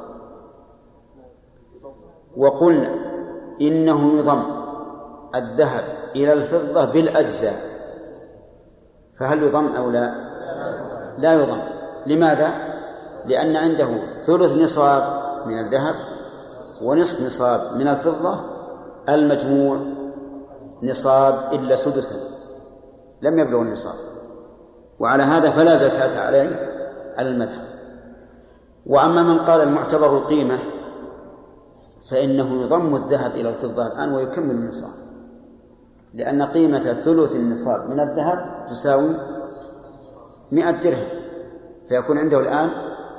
وقلنا إنه يضم الذهب إلى الفضة بالأجزاء، فهل يضم أو لا؟ لا يضم. لماذا؟ لأن عنده ثلث نصاب من الذهب ونصف نصاب من الفضة، المجموع نصاب إلا سدسا لم يبلغ النصاب، وعلى هذا فلا زكاة عليه على المذهب. وأما من قال المعتبر القيمة فإنه يضم الذهب إلى الفضة الآن ويكمل النصاب، لأن قيمة ثلث النصاب من الذهب تساوي مئة درهم، فيكون عنده الآن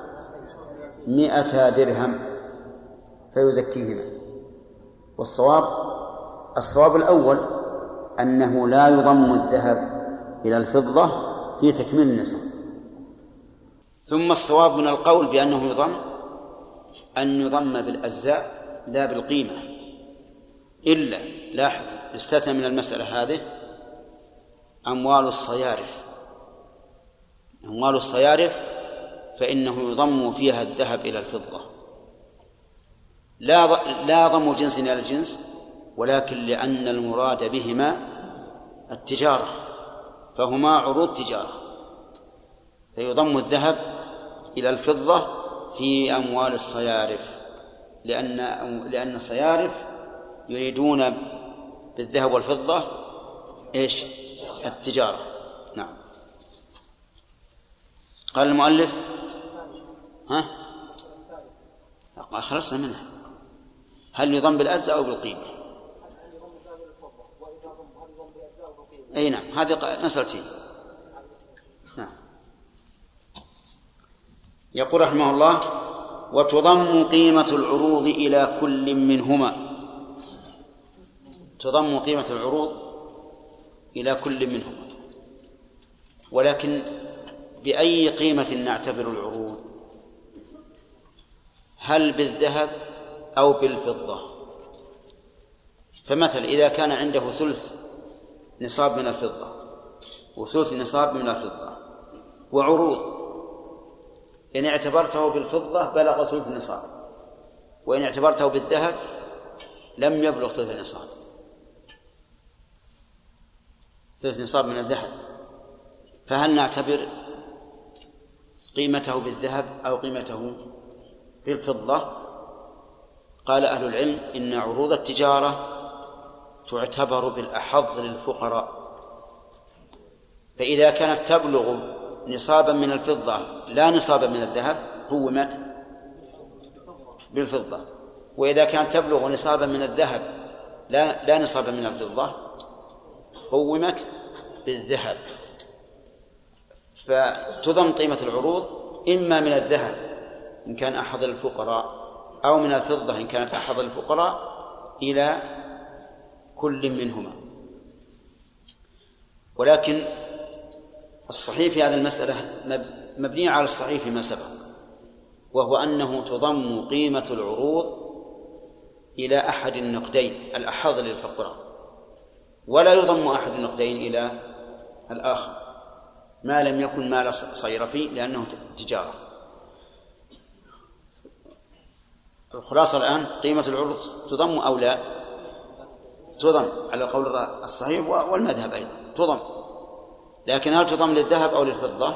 مئة درهم فيزكيهما. والصواب الصواب الأول أنه لا يضم الذهب إلى الفضة في تكميل النصاب. ثم الصواب من القول بأنه يضم أن يضم بالأجزاء لا بالقيمة، إلا لاحظ استثنى من المسألة هذه أموال الصيارف. أموال الصيارف فإنه يضم فيها الذهب إلى الفضة، لا لا ضم جنس إلى الجنس، ولكن لأن المراد بهما التجارة، فهما عروض تجارة، فيضم الذهب إلى الفضة في أموال الصيارف، لأن لأن الصيارف يريدون بالذهب والفضة إيش؟ التجارة. نعم. قال المؤلف ها خلصنا منها، هل يضم بالأجزاء أو بالقيمة؟ أي نعم، هذه مسألتين. نعم. يقول رحمه الله: وتضم قيمة العروض إلى كل منهما. تضم قيمة العروض إلى كل منهما، ولكن بأي قيمة نعتبر العروض؟ هل بالذهب أو بالفضة؟ فمثلا إذا كان عنده ثلث نصاب من الفضة وثلث نصاب من الفضة وعروض، إن اعتبرته بالفضة بلغ ثلث النصاب، وإن اعتبرته بالذهب لم يبلغ ثلث النصاب، ثلث نصاب من الذهب، فهل نعتبر قيمته بالذهب أو قيمته بالفضة؟ قال أهل العلم إن عروض التجارة تعتبر بالأحظ للفقراء، فإذا كانت تبلغ نصابا من الفضة لا نصابا من الذهب قومت بالفضة، وإذا كانت تبلغ نصابا من الذهب لا, لا نصابا من الفضة قومت بالذهب. فتضم قيمة العروض إما من الذهب إن كان أحظ للفقراء أو من الفضة إن كانت أحظ للفقراء إلى كل منهما. ولكن الصحيح في هذه المسألة مبني على الصحيح فيما سبق، وهو أنه تضم قيمة العروض إلى أحد النقدين الأحظ للفقراء، ولا يضم أحد النقدين إلى الآخر ما لم يكن مال صيرفي لأنه تجارة. الخلاصة الآن قيمة العروض تضم أو لا؟ تضم على القول الصحيح والمذهب أيضا تضم، لكن هل تضم للذهب أو للفضة؟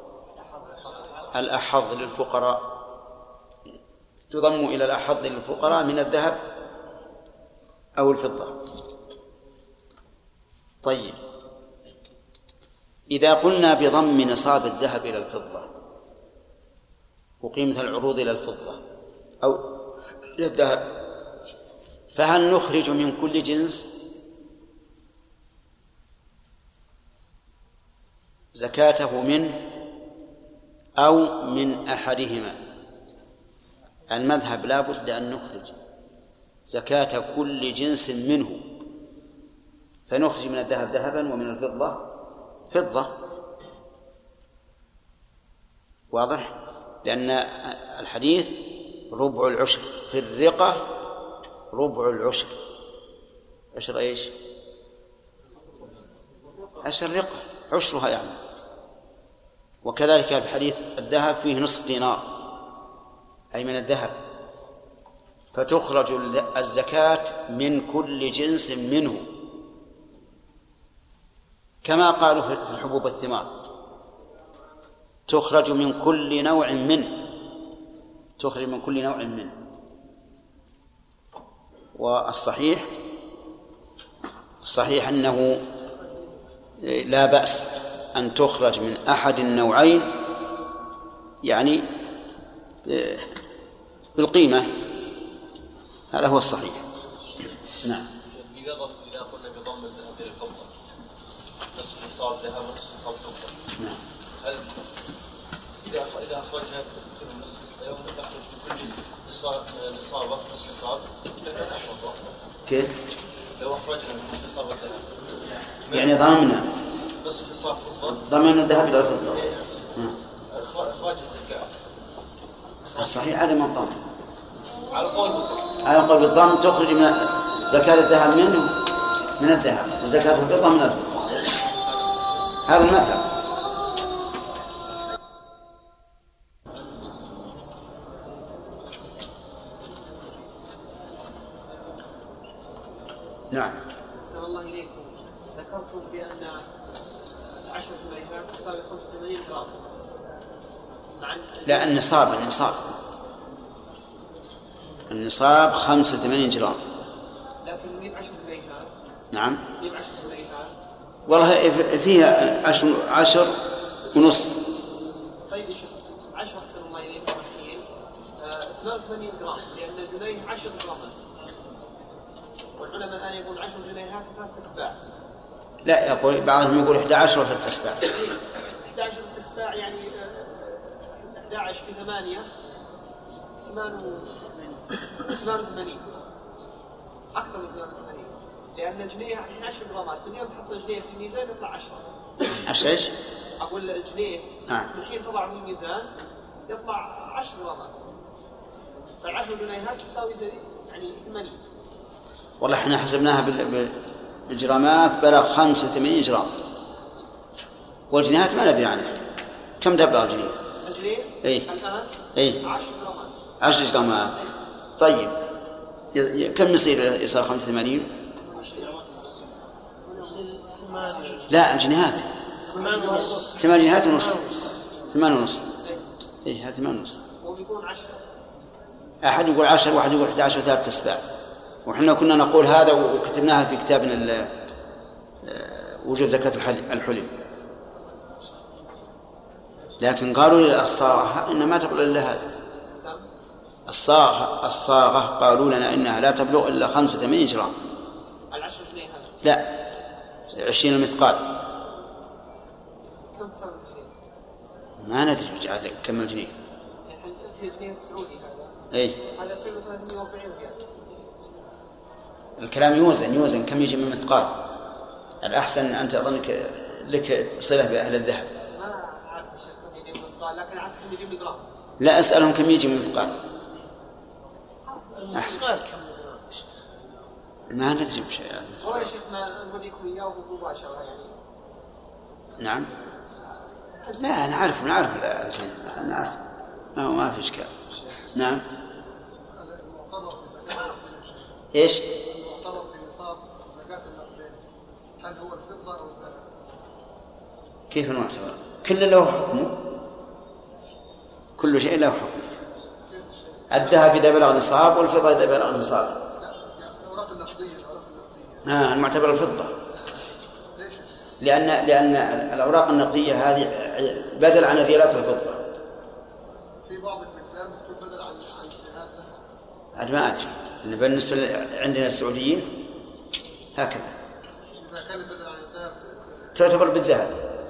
الأحظ للفقراء، تضم إلى الأحظ للفقراء من الذهب أو الفضة. طيب، إذا قلنا بضم نصاب الذهب إلى الفضة وقيمة العروض إلى الفضة أو إلى الذهب، فهل نخرج من كل جنس زكاته منه أو من أحدهما؟ المذهب لا بد أن نخرج زكاة كل جنس منه، فنخرج من الذهب ذهبا ومن الفضة فضة. واضح؟ لأن الحديث ربع العشر في الرقة، ربع العشر. عشر ايش؟ عشر رقة عشرها يعني. وكذلك الحديث الذهب فيه نصف دينار أي من الذهب، فتخرج الزكاة من كل جنس منه، كما قالوا في الحبوب والثمار تخرج من كل نوع منه، تخرج من كل نوع منه. والصحيح الصحيح أنه لا بأس أن تخرج من أحد النوعين يعني بالقيمة، هذا هو الصحيح. نعم. إذا ضم إذا قلنا بضم الذهب إلى الفضة نصف نصاب ذهب ونصف نصاب فضة، نعم. هل إذا إذا أخرجنا كل نصف يوم نخرج من كل جزء نصاب نصابه نصف نصاب لكن أحفظ؟ كيف؟ لو أخرجنا من نصف نصاب الذهب يعني ضمنا نصف نصاب فضة، ضمن الذهب إلى الفضة. نعم. إخراج الزكاة الصحيح على من ضم، على قول على قول بالضم تخرج من زكاة الذهب منه من الذهب وزكاة الفضة من الفضة، هذا المذهب. نعم. أحسن الله إليكم، ذكرتم بأن العشرة جنيهات تساوي خمسة وثمانين جرام. لا، النصاب النصاب النصاب خمسة وثمانين جرام. لكن مين عشر جنيهات؟ نعم. مين عشر جنيهات؟ والله فيها عشر عشر ونصف. طيب يا شيخ، عشر أحسن الله إليكم الحين اثنين وثمانين جرام، لأن الجنيه عشر جرامات، والعلماء الآن يقول عشر جنيهات ثلاث أسباع. لا، يقول بعضهم يقول إحدى عشر وثلاث أسباع. إحدى عشر أسباع يعني إحدى عشر في ثمانية ثمان وثمانين، أكثر من ثمان وثمانين، لأن الجنيه الحين عشر جرامات، من يوم تحط الجنيه في الميزان يطلع عشرة. عشرة إيش؟ أقول الجنيه نعم. الحين تضع في الميزان يطلع عشر جرامات، فالعشر جنيهات تساوي يعني ثمانين. والله احنا حسبناها بالجرامات بلغ خمسة وثمانين جرام، والجنيهات ما ندري عنها كم تبلغ الجنيه. الجنيه اي الآن اي عشر جرامات. عشر جرامات. طيب كم يصير يصير خمسة وثمانين؟ لا، الجنيهات ثمانينات ونص، ثمان ونص. اي هذا ثمان ونص. وبيكون عشرة. أحد يقول عشر، واحد يقول إحدى عشر ثلاثة أسباع، وحنا كنا نقول هذا وكتبناها في كتابنا وجوب زكاة الحلي. لكن قالوا للصاغة إن ما تبلغ إلا هذا. الصاغة الصاغة قالوا لنا إنها لا تبلغ إلا خمسة وثمانين جرام. العشر جنيه هذا؟ لا، عشرين المثقال. كم تساوي الجنيه؟ ما ندري عاد كم الجنيه. يعني في الجنيه السعودي هذا. إيه. هذا يصير ثلاثمائة وأربعين ريال. الكلام يوزن يوزن كم يجي من مثقال. الأحسن أن تظنك لك صلة بأهل الذهب. ما أعرف كم يجي من مثقال، لكن أعرف كم يجي من جرام. لا، أسألهم كم يجي من مثقال. المثقال كم؟ ما ندري بشيء. والله يا شيخ ما نوريكم إياه مباشرة يعني. نعم. لا، أنا عارف نعرف أنا عارف ما هو ما في إشكال. نعم. إيش؟ المعتبر في نصاب زكاة النقدين هل هو الفضة أو الذهب؟ كيف المعتبر؟ كل له حكمه، كل شيء له حكم. الذهب إذا بلغ نصاب والفضة إذا بلغ نصاب. الأوراق النقدية الأوراق النقدية آه المعتبر الفضة، لأن لأن الأوراق النقدية هذه بدل عن الريالات الفضة. في بعض الكتاب مكتوب بدل عن عن الذهب. عاد ما أدري، اللي بالنسبة عندنا السعوديين هكذا. إذا كانت بدل عن الذهب تعتبر بالذهب.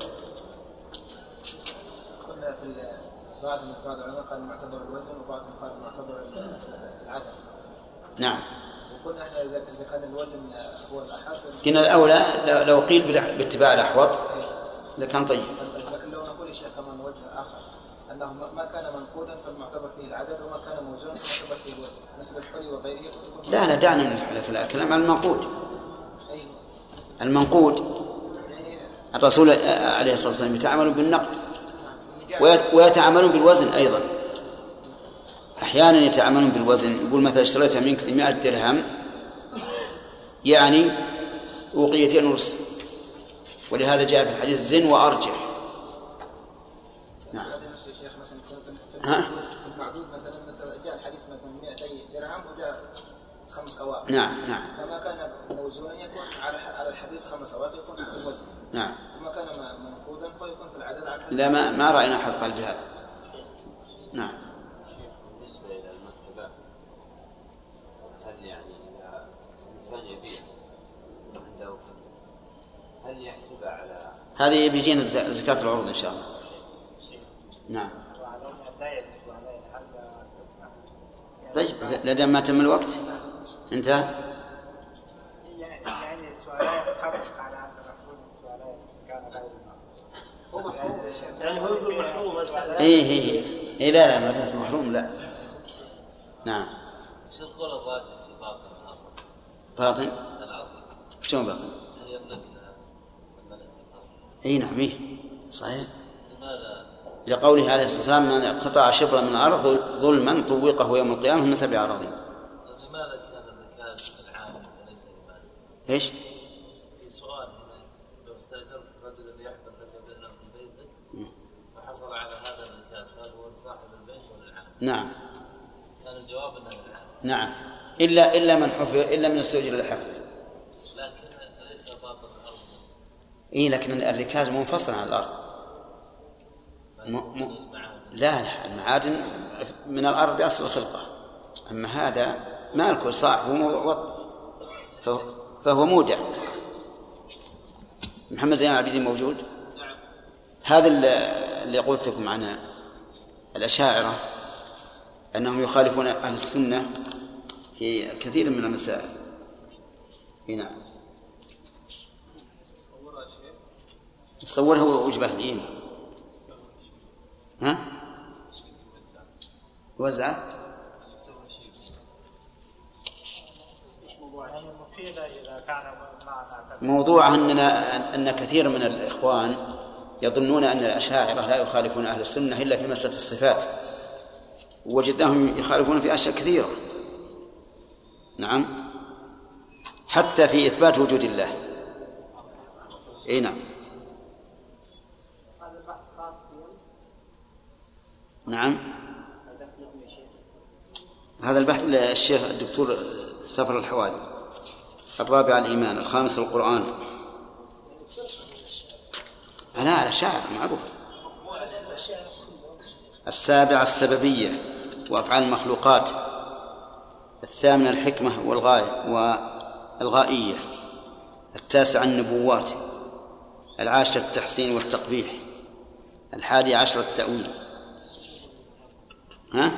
قلنا في بعض بعض العلماء قال معتبر الوزن وبعض قال معتبر العدد. نعم. وقلنا احنا اذا كان الوزن هو الاحاد قلنا الاولى لو قيل باتباع الاحوط لكان طيب. لكن لو نقول يا شيخ كمان وجه اخر انه ما كان منقودا فالمعتبر فيه العدد وما كان موزونا فالمعتبر فيه الوزن مثل الحلي وغيره. لا لا دعنا نحلك الكلام عن المنقود. المنقود الرسول عليه الصلاه والسلام يتعامل بالنقد ويتعاملون بالوزن أيضا. أحيانا يتعاملون بالوزن، يقول مثلا اشتريتها منك بمائة درهم يعني وقيتين ونصف، ولهذا جاء في الحديث زن وأرجح. نعم. ها؟ المعدود مثلا مثلا جاء الحديث مثلا مائتي درهم وجاء خمس أواق. نعم نعم. فما كان موزونا يكون على على الحديث خمس أواق يكون في الوزن. نعم. وما كان منقودا فيكون في العدد على الحديث. لا ما ما رأينا أحد قال بهذا. نعم. بالنسبة إلى المكتبة، هل يعني إذا الإنسان يبيع عنده كتب هل يحسبها على هذه بيجينا زكاة العروض إن شاء الله. نعم. طيب لدى ما تم الوقت انتهى. يعني سؤالين تطرق على أن المفروض سؤالين كان غير المفروض. يعني هو يقول محروم. إيه إيه إيه لا لا ما كنت محروم لا. نعم. شو القول الراجح في باطن الأرض؟ باطن؟ الأرض. شلون باطن؟ هل يملك الملك الأرض؟ إيه نعم إيه صحيح. لماذا؟ لقوله عليه الصلاة والسلام من قطع شبرا من الأرض ظلما طوقه يوم القيامة من سبع أراضين. لماذا كان الركاز العام وليس لماذا؟ إيش؟ في سؤال هنا لو استأجرت الرجل الذي يحضر لك بينه في بيتك وحصل على هذا الركاز فهل هو صاحب البيت ولا العام؟ نعم. كان الجواب أنه العام. نعم إلا إلا من حفر إلا من استؤجر لحفر. لكن ليس باطن الأرض. إيه لكن الركاز منفصل عن الأرض. م... م... لا لا المعادن من الأرض بأصل الخلقة، أما هذا مالك صاحبه وط... فهو... فهو مودع. محمد زين العابدين موجود؟ نعم. هذا اللي قلت لكم عنه الأشاعرة أنهم يخالفون أهل السنة في كثير من المسائل. نعم. تصور هو وجبه الإيمان. ها؟ وزعه؟ موضوع أننا أن كثير من الإخوان يظنون أن الأشاعرة لا يخالفون أهل السنة إلا في مسألة الصفات، وجدناهم يخالفون في أشياء كثيرة. نعم حتى في إثبات وجود الله. إيه نعم. نعم هذا البحث للشيخ الدكتور سفر الحوالي. الرابع الإيمان، الخامس القرآن. أنا على شاعر معروف. السابع السببية وأفعال المخلوقات. الثامن الحكمة والغاية والغائية. التاسع النبوات. العاشر التحسين والتقبيح. الحادي عشر التأويل. ها؟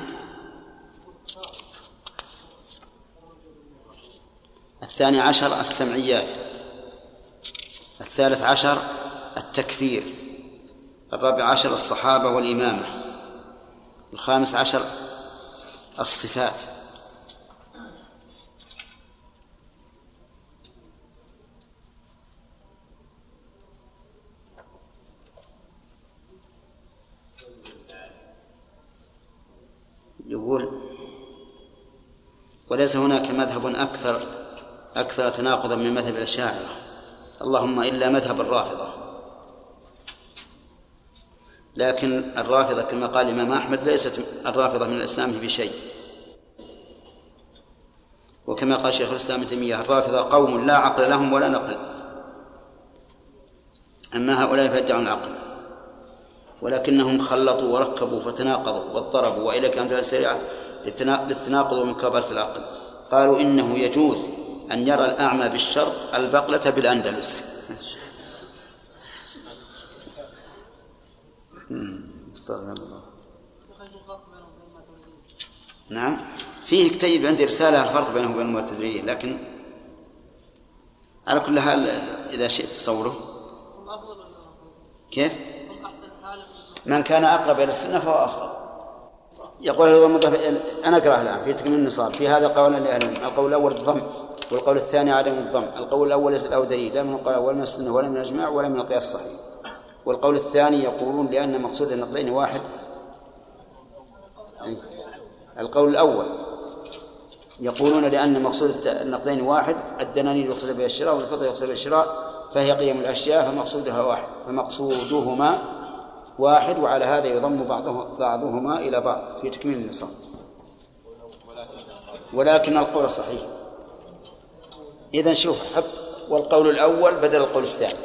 الثاني عشر السمعيات. الثالث عشر التكفير. الرابع عشر الصحابة والإمامة. الخامس عشر الصفات. يقول وليس هناك مذهب أكثر أكثر تناقضا من مذهب الأشاعرة اللهم إلا مذهب الرافضة. لكن الرافضة كما قال الإمام أحمد ليست الرافضة من الإسلام بشيء، وكما قال شيخ الإسلام ابن تيمية الرافضة قوم لا عقل لهم ولا نقل، أما هؤلاء فادعوا العقل، ولكنهم خلطوا وركبوا فتناقضوا واضطربوا وإلى كامثال السريعة للتناقض ومكابرة العقل. قالوا إنه يجوز أن يرى الأعمى بالشرق البقلة بالأندلس. استغفر الله. نعم فيه كتيب عندي رسالة الفرق بينه وبين المعتزلية، لكن على كل حال إذا شئت تصوره. كيف؟ من كان أقرب إلى السنة فهو أفضل. يقول هو المضاف. أنا أقرأ الآن في تكميل النصاب في هذا قولا لأهل. القول الأول الضم، والقول الثاني عدم الضم. القول الأول ليس له دليل لا من القول ولا من السنة ولا من الإجماع ولا من القياس الصحيح. والقول الثاني يقولون لأن مقصود النقلين واحد. القول الأول يقولون لأن مقصود النقلين واحد، الدنانير يقصد بها الشراء والفضة يقصد بها الشراء، فهي قيم الأشياء فمقصودها واحد، فمقصودهما واحد، وعلى هذا يضم بعضه بعضهما إلى بعض في تكميل النصاب. ولكن القول الصحيح إذن شوف حط والقول الأول بدل القول الثاني.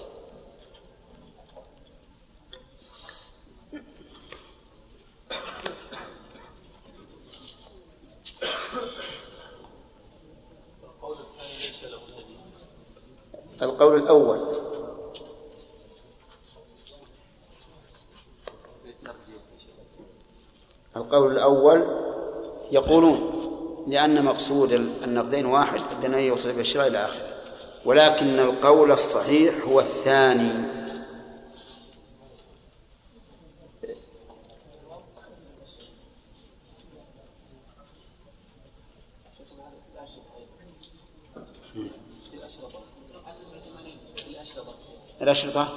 القول الأول القول الأول يقولون لأن مقصود النقدين واحد، الدنانير يوصل بالشراء إلى آخره. ولكن القول الصحيح هو الثاني. الأشرطة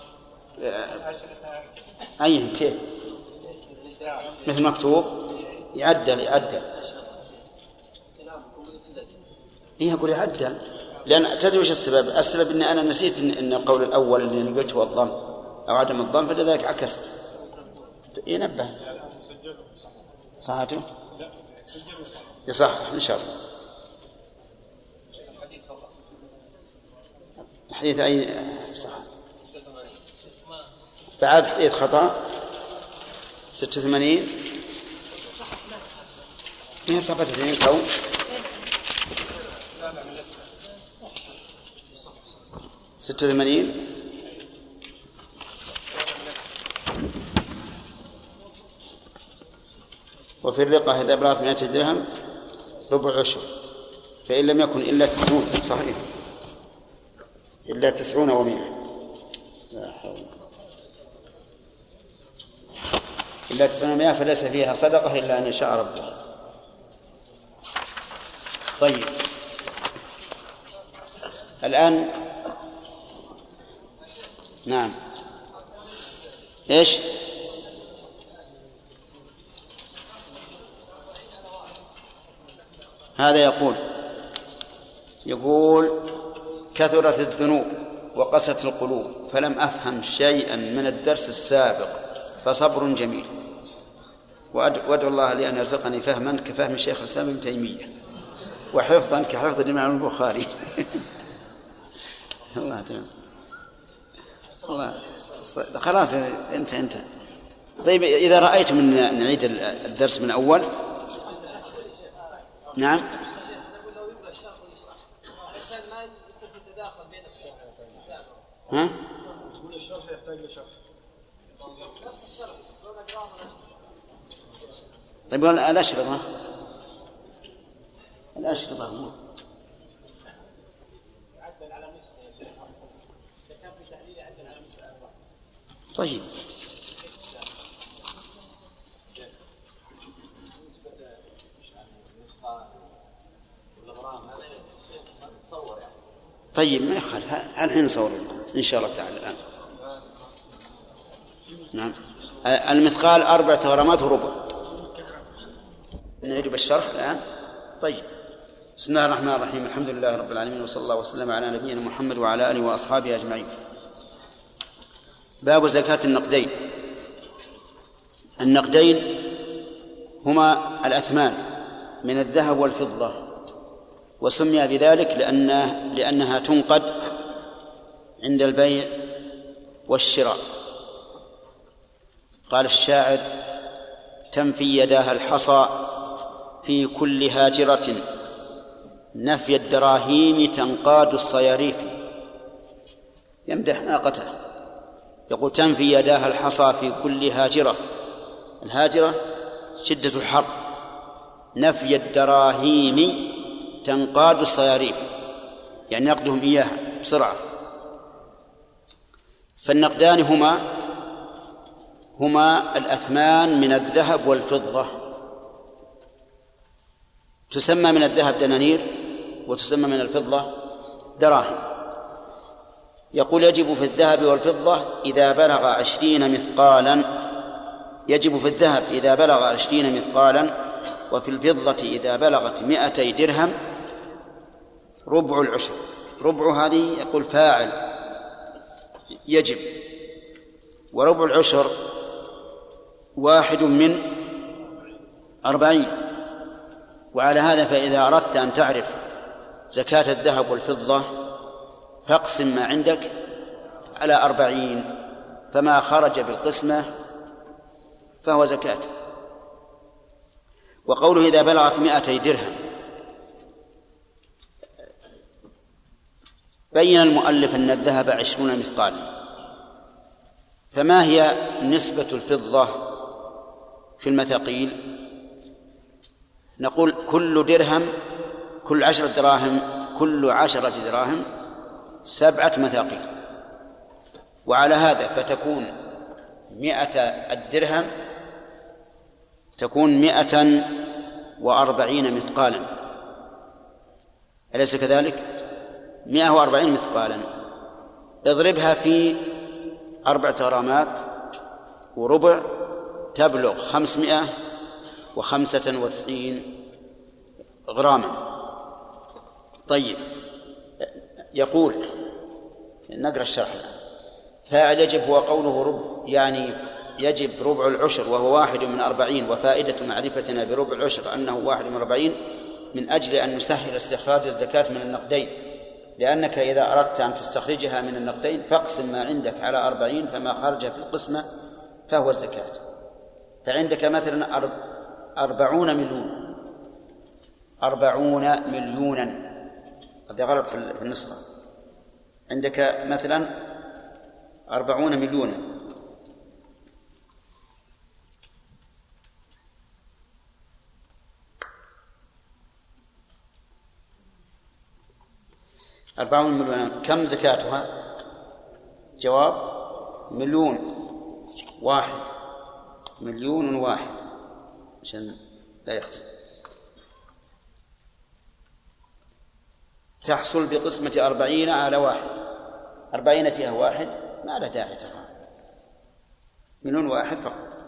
أيهم كيف؟ مثل مكتوب يعدل يعدل إيه أقول يعدل، لأن تدري وش السبب؟ السبب إن أنا نسيت إن, إن القول الأول اللي قلت هو الضم أو عدم الضم، فلذلك عكست. ينبه صحته يصح إن شاء الله. حديث أي صح بعد حديث خطأ ستة وثمانين مئة سبعة وثمانين قول ستة وثمانين وفي الرقة إذا بلغت مئة درهم ربع عشر، فإن لم يكن إلا تسعون صحيح إلا تسعون ومئة لا حول إلا تسعون ومئة فليس فيها صدقة إلا أن يشاء ربها. طيب الآن نعم إيش هذا يقول يقول كثرت الذنوب وقست القلوب فلم أفهم شيئا من الدرس السابق فصبر جميل، وأدعو الله لي أن يرزقني فهما كفهم شيخ الإسلام ابن تيمية وحفظا كحفظ الإمام البخاري. الله تعالى الله خلاص أنت أنت طيب إذا رأيت من نعيد الدرس من أول. نعم ها؟ يقول الشرح يحتاج لشرح. نفس الشرح. طيب الأشرطة الأشرطة مو يعدل على نصف يا شيخ. إذا كان في تحليل يعدل على نصف. طيب طيب ما يخالف الحين نصور إن شاء الله تعالى الآن. نعم المثقال أربعة غرامات وربع. نعيد بالشرح الآن. طيب بسم الله الرحمن الرحيم الحمد لله رب العالمين وصلى الله وسلم على نبينا محمد وعلى آله وأصحابه أجمعين. باب زكاة النقدين. النقدين هما الأثمان من الذهب والفضة، وسمي بذلك لأنه لأنها تنقد عند البيع والشراء. قال الشاعر: تنفي يداها الحصى في كل هاجرة، نفي الدراهيم تنقاد الصياريف. يمدح ناقته، يقول: تنفي يداها الحصى في كل هاجرة. الهاجرة شدة الحر. نفي الدراهيم تنقاد الصياريف، يعني نقدهم إياها بسرعة. فالنقدان هما هما الأثمان من الذهب والفضة. تسمى من الذهب دنانير وتسمى من الفضة دراهم. يقول: يجب في الذهب والفضة إذا بلغ عشرين مثقالا، يجب في الذهب إذا بلغ عشرين مثقالا، وفي الفضة إذا بلغت مئتي درهم ربع العشر. ربع هذه يقول فاعل يجب، وربع العشر واحد من أربعين. وعلى هذا فإذا أردت أن تعرف زكاة الذهب والفضة فاقسم ما عندك على أربعين، فما خرج بالقسمة فهو زكاة. وقوله إذا بلغت مئتي درهم، بين المؤلف أن الذهب عشرون مثقالا، فما هي نسبة الفضة في المثاقيل؟ نقول كل درهم، كل عشرة دراهم، كل عشرة دراهم سبعة مثاقيل. وعلى هذا فتكون مئة الدرهم تكون مئة وأربعين مثقالا، أليس كذلك؟ مئة وأربعين مثقالا. اضربها في أربعة غرامات وربع تبلغ خمسمائة وخمسة وتسعين غراما. طيب، يقول نقرأ الشرح الآن: فاعل يجب هو قوله ربع، يعني يجب ربع العشر وهو واحد من أربعين. وفائدة معرفتنا بربع العشر أنه واحد من أربعين من أجل أن نسهل استخراج الزكاة من النقدين، لأنك إذا أردت أن تستخرجها من النقدين فاقسم ما عندك على أربعين، فما خرج في القسمة فهو الزكاة. فعندك مثلا أربعون مليون أربعون مليونا، هذا غلط في النسخة. عندك مثلا أربعون مليونا، أربعون مليونا، كم زكاتها؟ جواب: مليون واحد، مليون واحد، عشان لا يختلف. تحصل بقسمة أربعين على واحد، أربعين فيها واحد، ما له داعي تفعل، مليون واحد فقط.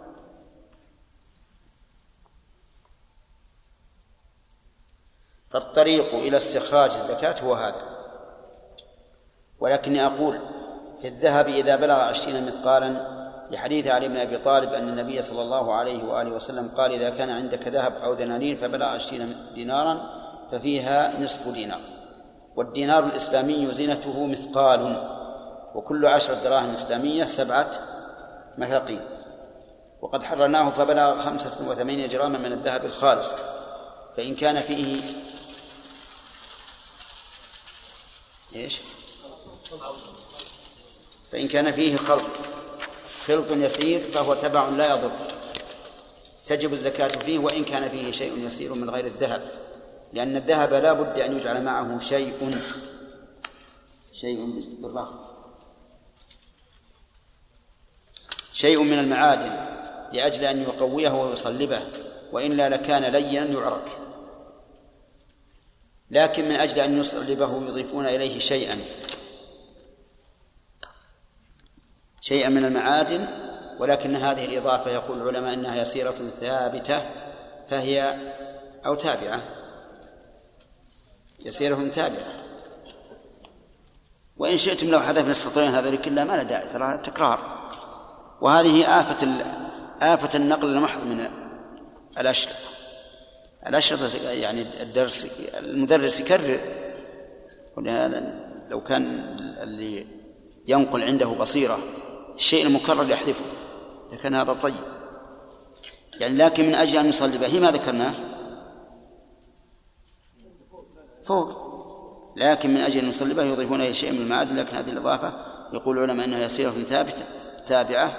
فالطريق إلى استخراج الزكاة هو هذا. ولكني أقول في الذهب إذا بلغ عشرين مثقالا لحديث علي بن أبي طالب أن النبي صلى الله عليه وآله وسلم قال: إذا كان عندك ذهب أو دنانير فبلغ عشرين دينارا ففيها نصف دينار. والدينار الإسلامي زينته مثقال، وكل عشرة دراهم إسلامية سبعة مثاقيل. وقد حررناه فبلغ خمسة وثمانين جراما من الذهب الخالص. فإن كان فيه إيش؟ فإن كان فيه خلط خلط يسير فهو تبع لا يضر، تجب الزكاة فيه وإن كان فيه شيء يسير من غير الذهب، لأن الذهب لا بد أن يجعل معه شيء شيء بالرغم شيء من المعادن لأجل أن يقويه ويصلبه، وإلا لكان لينا يعرك. لكن من أجل أن يصلبه يضيفون إليه شيئا شيئا من المعادن، ولكن هذه الإضافة يقول العلماء أنها يسيرة ثابتة، فهي أو تابعة، يسيرة تابعة. وإن شئتم لو حذفنا السطرين هذا كله ما له داعي، ترى تكرار. وهذه آفة آفة النقل المحض من الأشرطة. الأشرطة يعني الدرس المدرس يكرر، ولهذا لو كان اللي ينقل عنده بصيرة الشيء المكرر يحذفه لكن هذا طيب يعني. لكن من أجل أن يصلي به هي ما ذكرناه فوق، لكن من أجل أن يصلي به يضيفون إلى شيء من المعادن، لكن هذه الإضافة يقول العلماء أنها يسيرة ثابتة تابعة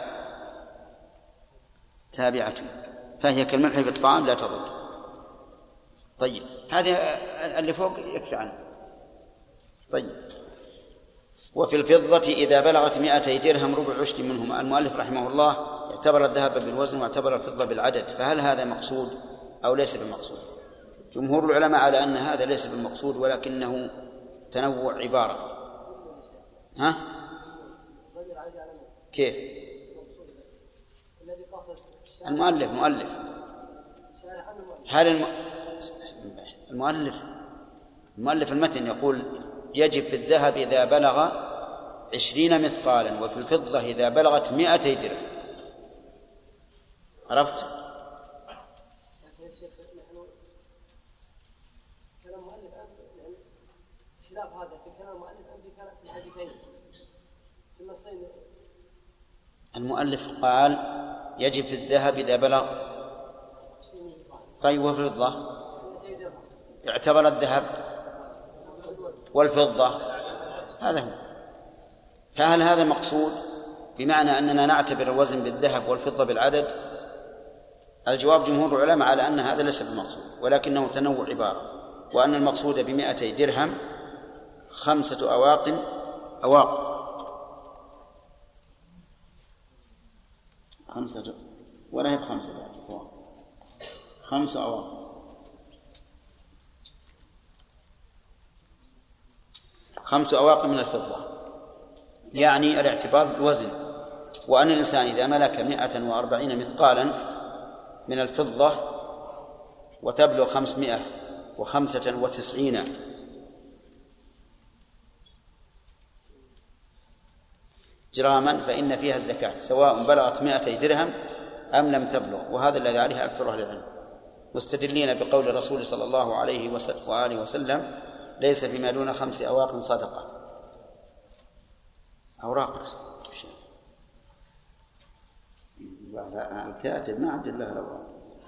تابعة فهي كالملح في الطعام لا تضر. طيب هذه اللي فوق يكفي عنه. طيب وفي الفضة إذا بلغت مائتي درهم ربع عشر منهما. المؤلف رحمه الله اعتبر الذهب بالوزن واعتبر الفضة بالعدد، فهل هذا مقصود أو ليس بالمقصود؟ جمهور العلماء على أن هذا ليس بالمقصود ولكنه تنوع عبارة. ها؟ كيف؟ المؤلف مؤلف هل الم... المؤلف المؤلف المتن يقول يجب في الذهب إذا بلغ عشرين مثقالا وفي الفضة إذا بلغت مائتي درهم. عرفت؟ يا شيخ نحن كلام مؤلف يعني خلاف هذا في كلام مؤلف أم في كلام في الحديثين في النصين. المؤلف قال يجب في الذهب إذا بلغ. طيب وفي الفضة اعتبر الذهب والفضة هذا هو. فهل هذا مقصود بمعنى أننا نعتبر الوزن بالذهب والفضة بالعدد؟ الجواب جمهور العلماء على أن هذا ليس بالمقصود ولكنه تنوع عبارة، وأن المقصود بمائتي درهم خمسة أواق أواق خمسة ولا هي بخمسة بعد خمس أواق خمس أواق من الفضة، يعني الاعتبار بالوزن. وأن الإنسان إذا ملك مائة وأربعين مثقالا من الفضة وتبلغ خمسمائة وخمسة وتسعين جراما فإن فيها الزكاة سواء بلغت مائتي درهم أم لم تبلغ، وهذا الذي عليه أكثر أهل العلم، مستدلين بقول الرسول صلى الله عليه وآله وسلم ليس فيما دون خمس أواق صدقة. أوراق الكاتب ما عبد الله الأوراق.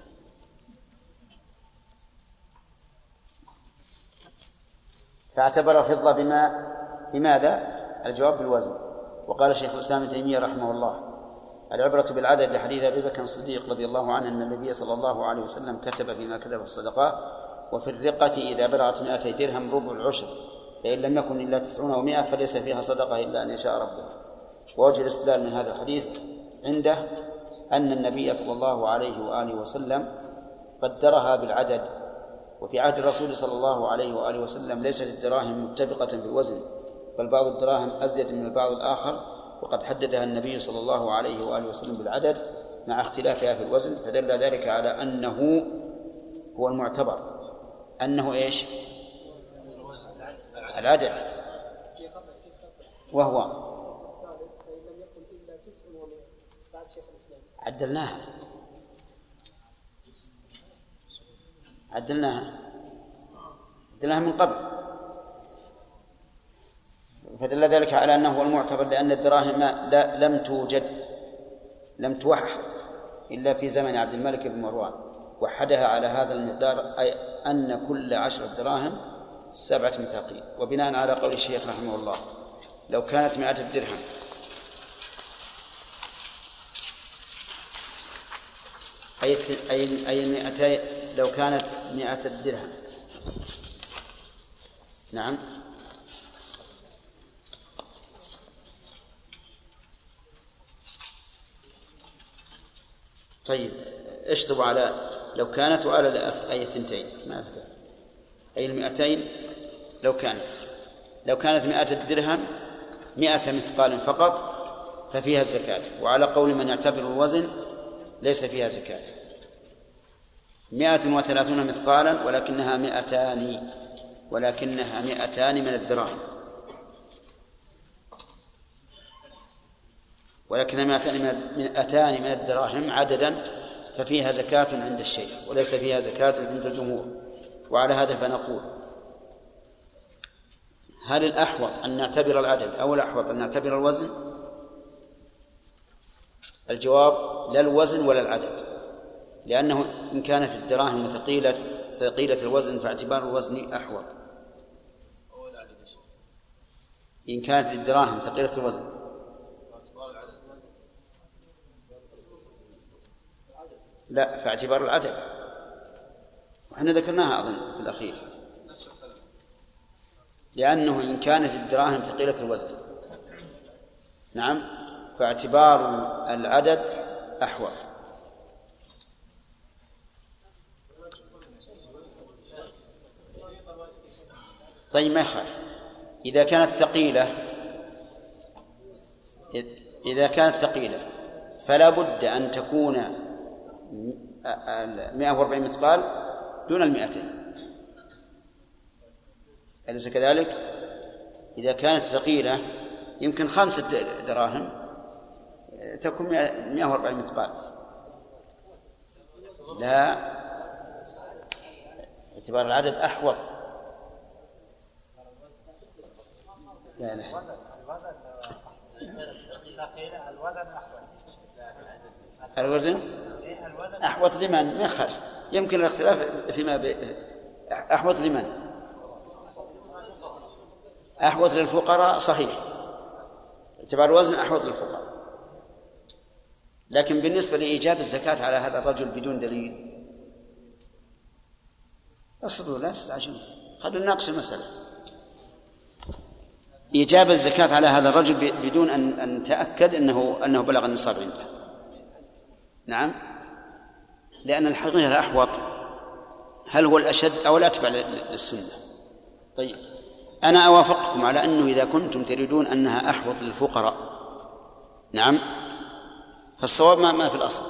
فاعتبر الفضة بما بماذا؟ الجواب بالوزن. وقال شيخ الإسلام ابن تيمية رحمه الله العبرة بالعدد لحديث أبي بكر الصديق رضي الله عنه أن النبي صلى الله عليه وسلم كتب فيما كتب الصدقات وفي الرقة إذا بلغت مائتي درهم ربع العشر فإن لم يكن إلا تسعون ومائة فليس فيها صدقة إلا أن يشاء ربه. ووجه الاستدلال من هذا الحديث عنده أن النبي صلى الله عليه وآله وسلم قدرها بالعدد، وفي عهد الرسول صلى الله عليه وآله وسلم ليست الدراهم متفقة بالوزن بل بعض الدراهم أزيد من البعض الآخر، وقد حددها النبي صلى الله عليه وآله وسلم بالعدد مع اختلافها في الوزن، فدل ذلك على أنه هو المعتبر أنه إيش؟ العدد، وهو عدلناها عدلناها عدلناها من قبل، فدل ذلك على أنه هو المعتبر لأن الدراهم لا لم توجد لم توحد إلا في زمن عبد الملك بن مروان، وحدها على هذا المقدار أي أن كل عشرة دراهم سبعة مثاقيل. وبناء على قول الشيخ رحمه الله لو كانت مائة درهم أي أي أي مائتي لو كانت مائة درهم نعم طيب اشطبوا على لو كانت وعلى أي ثنتين ما أفضل أي المئتين لو كانت لو كانت مائة درهم مائة مثقال فقط ففيها الزكاة، وعلى قول من يعتبر الوزن ليس فيها زكاة. مائة وثلاثون مثقالا ولكنها مائتان ولكنها مائتان من الدراهم. ولكن مئتان من الدراهم عددا ففيها زكاة عند الشيخ وليس فيها زكاة عند الجمهور. وعلى هذا فنقول: هل الأحوط أن نعتبر العدد أو الأحوط أن نعتبر الوزن؟ الجواب: لا الوزن ولا العدد، لأنه إن كانت الدراهم ثقيلة ثقيلة الوزن فاعتبار الوزن أحوط. إن كانت الدراهم ثقيلة الوزن لا، فاعتبار العدد، وإحنا ذكرناها أظن في الأخير، لأنه إن كانت الدراهم ثقيلة الوزن نعم فاعتبار العدد أحوط. طيب ما يخالف إذا كانت ثقيلة، إذا كانت ثقيلة فلا بد أن تكون مئة وأربعين مثقال دون المئتين، أليس كذلك؟ إذا كانت ثقيلة يمكن خمسة دراهم تكون مئة وأربعين مثقال، لا، اعتبار العدد أحوط. لا لا الوزن أحوط لمن؟ ما يخالف، يمكن الاختلاف فيما ب... أحوط لمن؟ أحوط للفقراء صحيح، اعتبار الوزن أحوط للفقراء، لكن بالنسبة لإيجاب الزكاة على هذا الرجل بدون دليل اصبروا لا تستعجلوا، خلوا نناقش المسألة. إيجاب الزكاة على هذا الرجل بدون أن أن نتأكد أنه أنه بلغ النصاب عنده، نعم، لأن الحقيقة الأحوط هل هو الأشد أو الأتبع للسنة؟ طيب أنا أوافقكم على أنه إذا كنتم تريدون أنها أحوط للفقراء نعم فالصواب ما, ما في الأصل،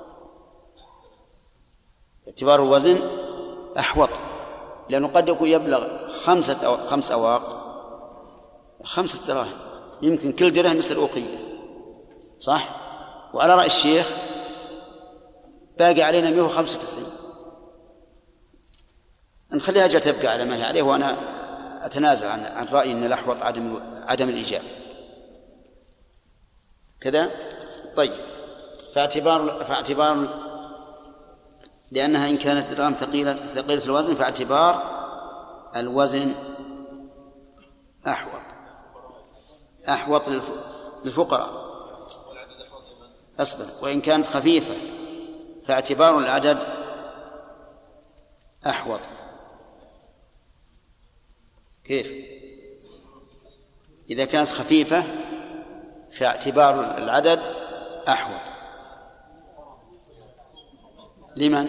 اعتبار الوزن أحوط، لأنه قد يكون يبلغ خمسة أو خمس أواق خمسة دراهم، يمكن كل درهم مثل أوقية صح؟ وعلى رأي الشيخ باقي علينا مئة وخمسة وتسعين، نخليها جاء تبقى على ما هي عليه، وأنا أتنازل عن عن رأيي أن الأحوط عدم عدم الإيجاب كذا. طيب فاعتبار فاعتبار لأنها إن كانت دراهم ثقيلة ثقيلة الوزن فاعتبار الوزن أحوط أحوط للفقراء. أصبر، وإن كانت خفيفة فاعتبار العدد أحوط. كيف؟ إذا كانت خفيفة فاعتبار العدد أحوط لمن؟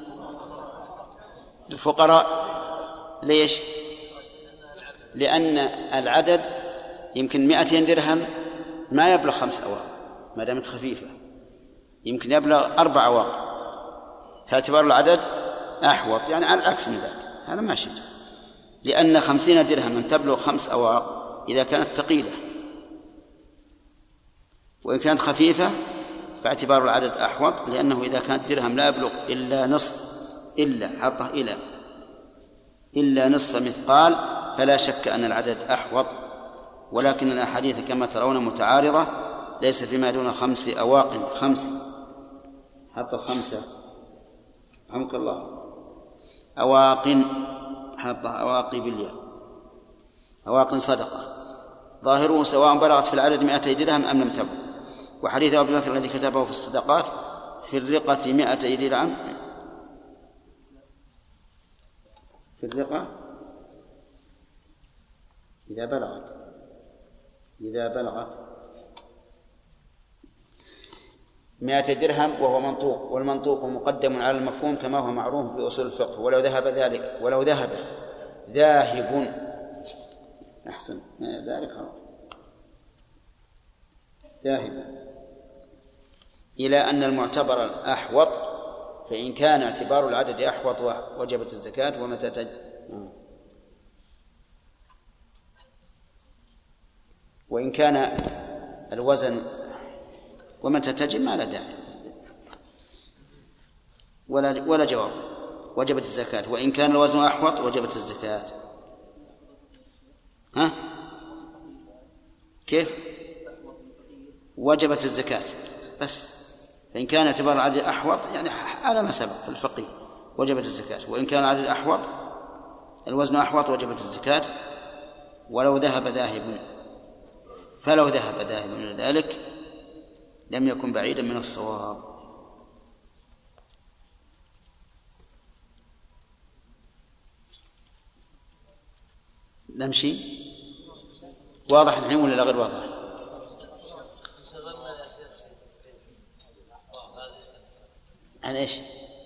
للفقراء. ليش؟ لأن العدد يمكن مئتين درهم ما يبلغ خمس أواق ما دامت خفيفة، يمكن يبلغ أربع أواق، فاعتبار العدد أحوط، يعني على العكس من ذلك، هذا ماشي، لأن خمسين درهم من تبلغ خمس أواق إذا كانت ثقيلة، وإن كانت خفيفة فاعتبار العدد أحوط، لأنه إذا كانت درهم لا يبلغ إلا نصف إلا حطه إلى إلا نصف مثقال فلا شك أن العدد أحوط. ولكن الأحاديث كما ترون متعارضة، ليس فيما دون خمس أواق خمس حط خمسة رحمك الله أواق حط أواقي بالياء أواق صدقة ظاهره سواء بلغت في العدد مئتي درهم أم لم تبلغ. وحديث أبي بكر الذي كتبه في الصدقات في الرقة مئتي درهم، في الرقة إذا بلغت إذا بلغت مئة درهم وهو منطوق، والمنطوق مقدم على المفهوم كما هو معروف بأصول الفقه. ولو ذهب ذلك ولو ذهب ذاهب أحسن ذلك ذاهب إلى أن المعتبر الأحوط، فإن كان اعتبار العدد أحوط وجبت الزكاة. ومتى تج... وإن كان الوزن ومتى تجب ما لا داعي ولا ولا جواب. وجبت الزكاة. وإن كان الوزن أحوط وجبت الزكاة. ها كيف؟ وجبت الزكاة بس. فإن كان اعتبار العدد أحوط يعني على ما سبق في الفقيه وجبت الزكاة. وإن كان العدد أحوط الوزن أحوط وجبت الزكاة. ولو ذهب ذاهب فلو ذهب ذاهب من ذلك لم يكن بعيدا من الصواب. نمشي. واضح الحين ولا غير واضح؟ عن ايش؟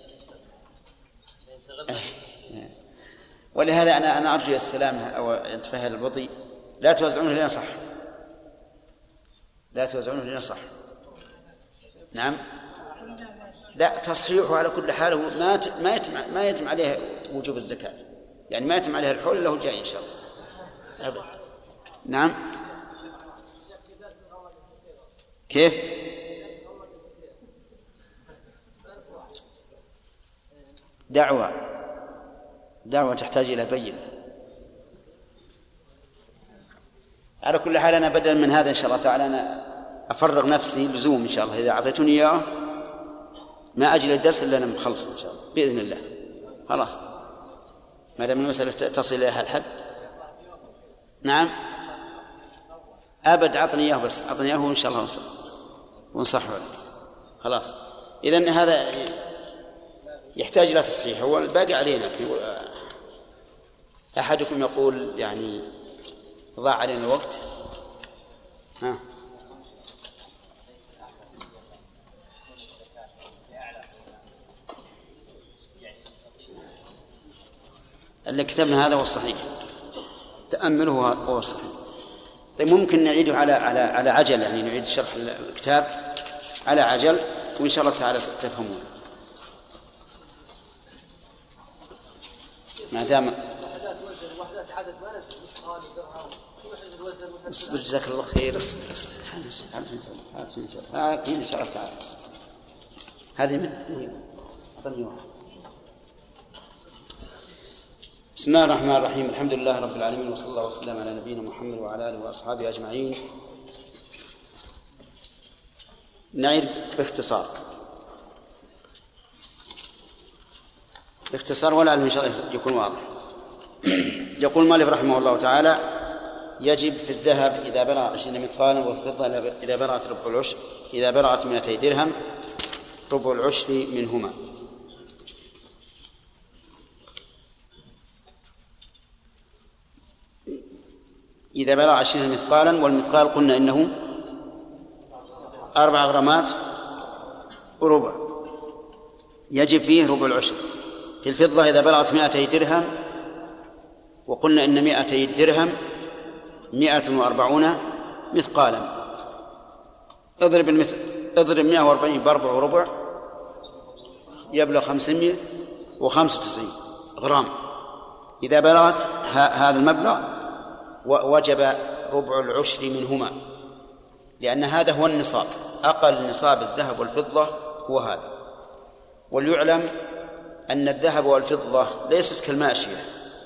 ولهذا انا انا ارجو السلامه او انتفاء البطيء. لا توزعونه لنا صح، لا توزعونه لنا صح. نعم لا تصحيحه على كل حال هو ما ما يتم ما يتم عليه وجوب الزكاه، يعني ما يتم عليه الحول له جاي ان شاء الله. أبدا. نعم كيف؟ دعوة دعوة تحتاج إلى بينة. على كل حال أنا بدلا من هذا إن شاء الله تعالى أنا أفرغ نفسي لزوم إن شاء الله. إذا أعطيتني إياه ما أجل الدرس إلا أنا مخلص إن شاء الله بإذن الله. خلاص ما دام المسألة تصل إليها الحد. نعم أبد أعطني إياه بس أعطني إياه وإن شاء الله ونصح ونصحه لك. خلاص إذن هذا يحتاج إلى تصحيح والباقي علينا. أحدكم يقول يعني ضاع علينا الوقت. ها اللي كتبنا هذا هو الصحيح، تأمله هو الصحيح. طيب ممكن نعيده على على على عجل، يعني نعيد شرح الكتاب على عجل وإن شاء الله تعالى تفهمون. ما دام اصبر جزاك الله خير. اصبر اصبر اكيد ان شاء الله تعالى. هذه من اعطني واحد. بسم الله الرحمن الرحيم. الحمد لله رب العالمين وصلى الله وسلم على نبينا محمد وعلى اله واصحابه اجمعين. نعيد باختصار باختصار ولعله إن شاء الله يكون واضح. يقول المؤلف رحمه الله تعالى: يجب في الذهب إذا بلغ عشرين مثقالا والفضة إذا بلغت ربع العشر إذا بلغت مئتي درهم ربع العشر منهما. إذا بلغ عشرين مثقالا، والمثقال قلنا إنه أربع غرامات وربع، يجب فيه ربع العشر. في الفضة إذا بلغت مئتي درهم، وقلنا إن مئتي درهم مئة وأربعون مثقالا. اضرب المثل اضرب مئة وأربعين بأربع وربع يبلغ خمسمائة وخمسة وتسعين غرام. إذا بلغت هذا المبلغ وجب ربع العشر منهما، لأن هذا هو النصاب، أقل نصاب الذهب والفضة هو هذا. وليعلم أن الذهب والفضة ليست كالماشية،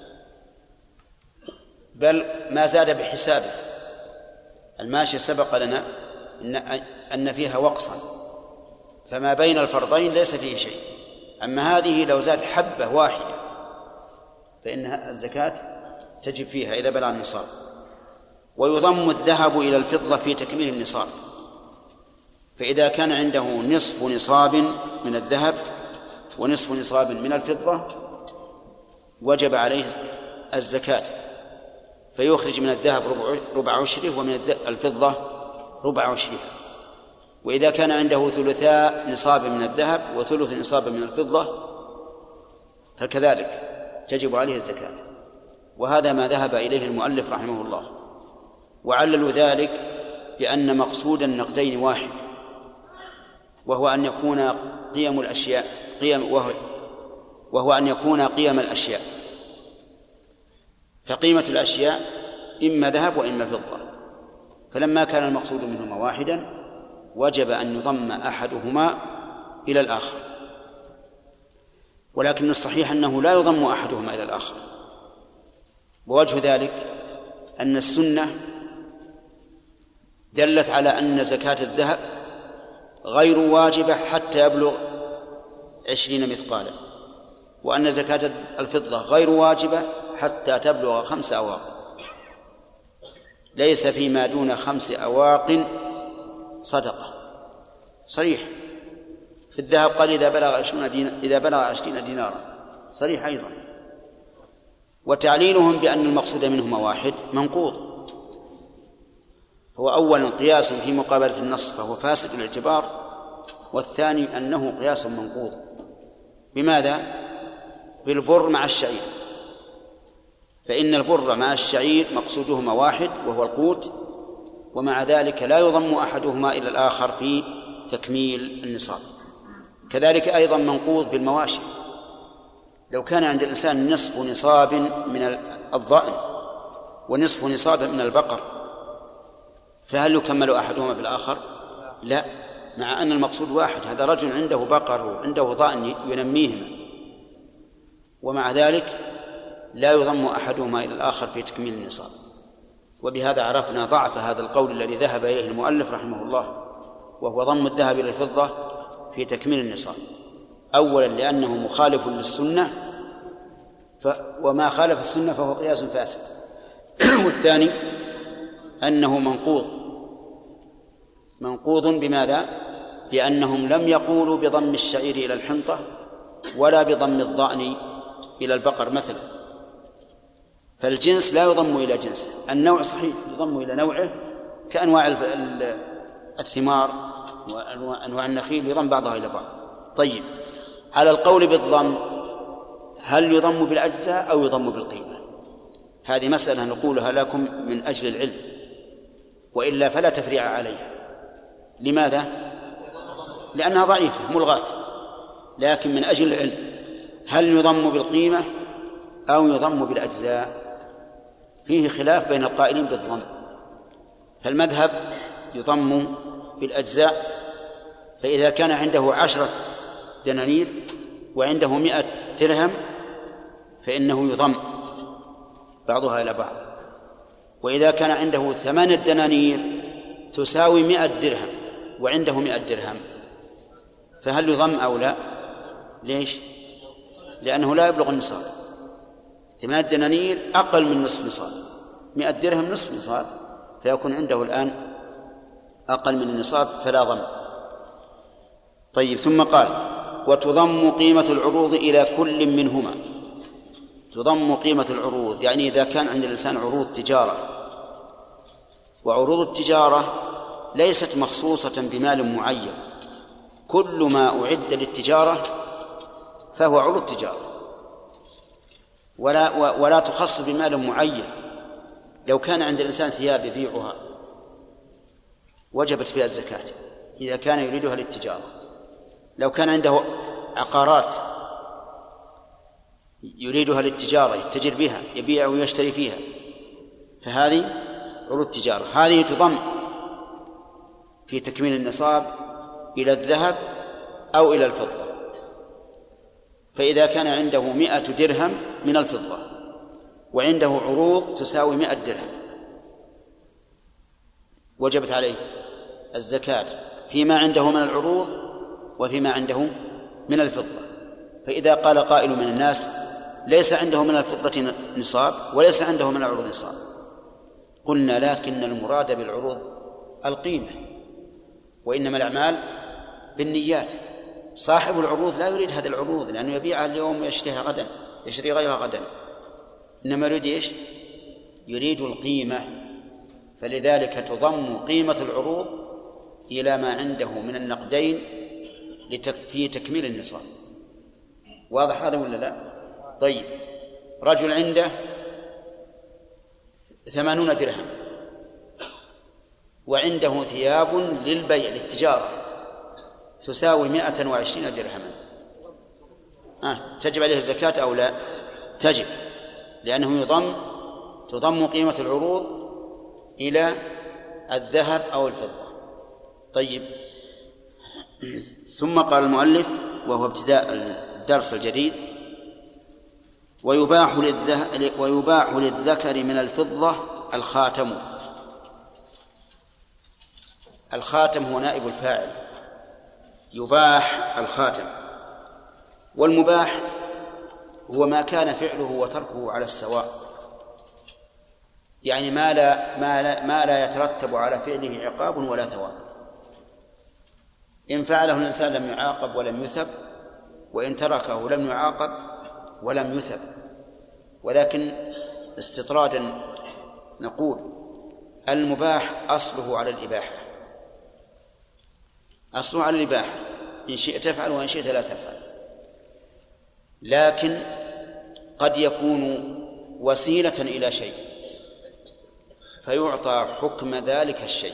بل ما زاد بحسابه. الماشية سبق لنا أن فيها وقصا، فما بين الفرضين ليس فيه شيء. أما هذه لو زاد حبة واحدة فإن الزكاة تجب فيها إذا بلغ النصاب. ويضم الذهب إلى الفضة في تكميل النصاب، فإذا كان عنده نصف نصاب من الذهب ونصف نصاب من الفضة وجب عليه الزكاة، فيخرج من الذهب ربع عشره ومن الفضة ربع عشرها. وإذا كان عنده ثلثاء نصاب من الذهب وثلث نصاب من الفضة فكذلك تجب عليه الزكاة. وهذا ما ذهب إليه المؤلف رحمه الله، وعللوا ذلك بأن مقصود النقدين واحد، وهو أن يكون قيم الأشياء قيم وهو, وهو أن يكون قيم الأشياء، فقيمة الأشياء إما ذهب وإما فضة. فلما كان المقصود منهما واحدا وجب أن يضم أحدهما إلى الآخر، ولكن الصحيح أنه لا يضم أحدهما إلى الآخر. ووجه ذلك أن السنة دلت على أن زكاة الذهب غير واجبة حتى يبلغ عشرين مثقالا، وأن زكاة الفضة غير واجبة حتى تبلغ خمس أواق. ليس فيما دون خمس أواق صدقة، صريح. في الذهب قال إذا بلغ عشرين دينا إذا بلغ عشرين دينارا، صريح أيضا. وتعليلهم بأن المقصود منهما واحد منقوض. هو أولا قياس في مقابلة النص فهو فاسد الاعتبار، والثاني أنه قياس منقوض. بماذا؟ بالبر مع الشعير، فإن البر مع الشعير مقصودهما واحد وهو القوت، ومع ذلك لا يضم أحدهما إلى الآخر في تكميل النصاب. كذلك أيضا منقوض بالمواشي. لو كان عند الإنسان نصف نصاب من الضأن ونصف نصاب من البقر، فهل يكمل أحدهما بالآخر؟ لا، مع أن المقصود واحد. هذا رجل عنده بقر وعنده ضأن ينميهما، ومع ذلك لا يضم أحدهما إلى الآخر في تكميل النصاب. وبهذا عرفنا ضعف هذا القول الذي ذهب إليه المؤلف رحمه الله، وهو ضم الذهب إلى الفضة في تكميل النصاب. أولا لأنه مخالف للسنة، ف... وما خالف السنة فهو قياس فاسد. والثاني أنه منقوض. منقوض بماذا؟ بأنهم لم يقولوا بضم الشعير إلى الحنطة ولا بضم الضأن إلى البقر مثلا، فالجنس لا يضم إلى جنسه. النوع صحيح يضم إلى نوعه، كأنواع الثمار وأنواع النخيل يضم بعضها إلى بعض. طيب، على القول بالضم هل يضم بالأجزاء أو يضم بالقيمة؟ هذه مسألة نقولها لكم من أجل العلم، وإلا فلا تفريع عليها. لماذا؟ لأنها ضعيفة ملغاة. لكن من أجل العلم، هل يضم بالقيمة أو يضم بالأجزاء؟ فيه خلاف بين القائلين بالضم. فالمذهب يضم بالأجزاء، فإذا كان عنده عشرة دنانير وعنده مئة درهم فإنه يضم بعضها إلى بعض. وإذا كان عنده ثمانية دنانير تساوي مئة درهم وعنده مئة درهم، فهل يضم أو لا؟ ليش؟ لأنه لا يبلغ النصاب. ثمانية دنانير أقل من نصف نصاب، مئة درهم نصف نصاب، فيكون عنده الآن أقل من النصاب فلا ضم. طيب، ثم قال وتضم قيمة العروض إلى كل منهما. تضم قيمة العروض يعني إذا كان عند الإنسان عروض تجارة، وعروض التجارة ليست مخصوصة بمال معين، كل ما أعد للتجارة فهو عروض تجارة، ولا, ولا تخص بمال معين. لو كان عند الإنسان ثياب يبيعها وجبت فيها الزكاة إذا كان يريدها للتجارة. لو كان عنده عقارات يريدها للتجارة يتجر بها يبيع ويشتري فيها، فهذه عروض تجارة. هذه تضم في تكميل النصاب إلى الذهب أو إلى الفضة. فإذا كان عنده مئة درهم من الفضة وعنده عروض تساوي مئة درهم وجبت عليه الزكاة فيما عنده من العروض وفيما عنده من الفضة. فإذا قال قائل من الناس ليس عنده من الفضة نصاب وليس عنده من العروض نصاب، قلنا لكن المراد بالعروض القيمة، وإنما الأعمال بالنيات. صاحب العروض لا يريد هذه العروض لأنه يبيعها اليوم ويشتريها غدا، يشتري غيرها غدا، إنما يريد إيش؟ يريد القيمة. فلذلك تضم قيمة العروض إلى ما عنده من النقدين في تكميل النصاب. واضح هذا ولا لا؟ طيب، رجل عنده ثمانون درهم وعنده ثياب للبيع للتجارة تساوي مائة وعشرين درهما، آه. تجب عليه الزكاة أو لا؟ تجب، لأنه يضم تضم قيمة العروض إلى الذهب أو الفضة طيب. ثم قال المؤلف وهو ابتداء الدرس الجديد: ويباح ويباح للذكر من الفضة الخاتم. الخاتم هو نائب الفاعل، يباح الخاتم. والمباح هو ما كان فعله وتركه على السواء، يعني ما لا, ما لا, ما لا يترتب على فعله عقاب ولا ثواب. إن فعله الإنسان لم يعاقب ولم يثب، وإن تركه لم يعاقب ولم يثب. ولكن استطرادا نقول المباح أصله على الإباحة، أصله على الإباحة، إن شئت تفعل وإن شئت لا تفعل. لكن قد يكون وسيلة إلى شيء فيعطى حكم ذلك الشيء،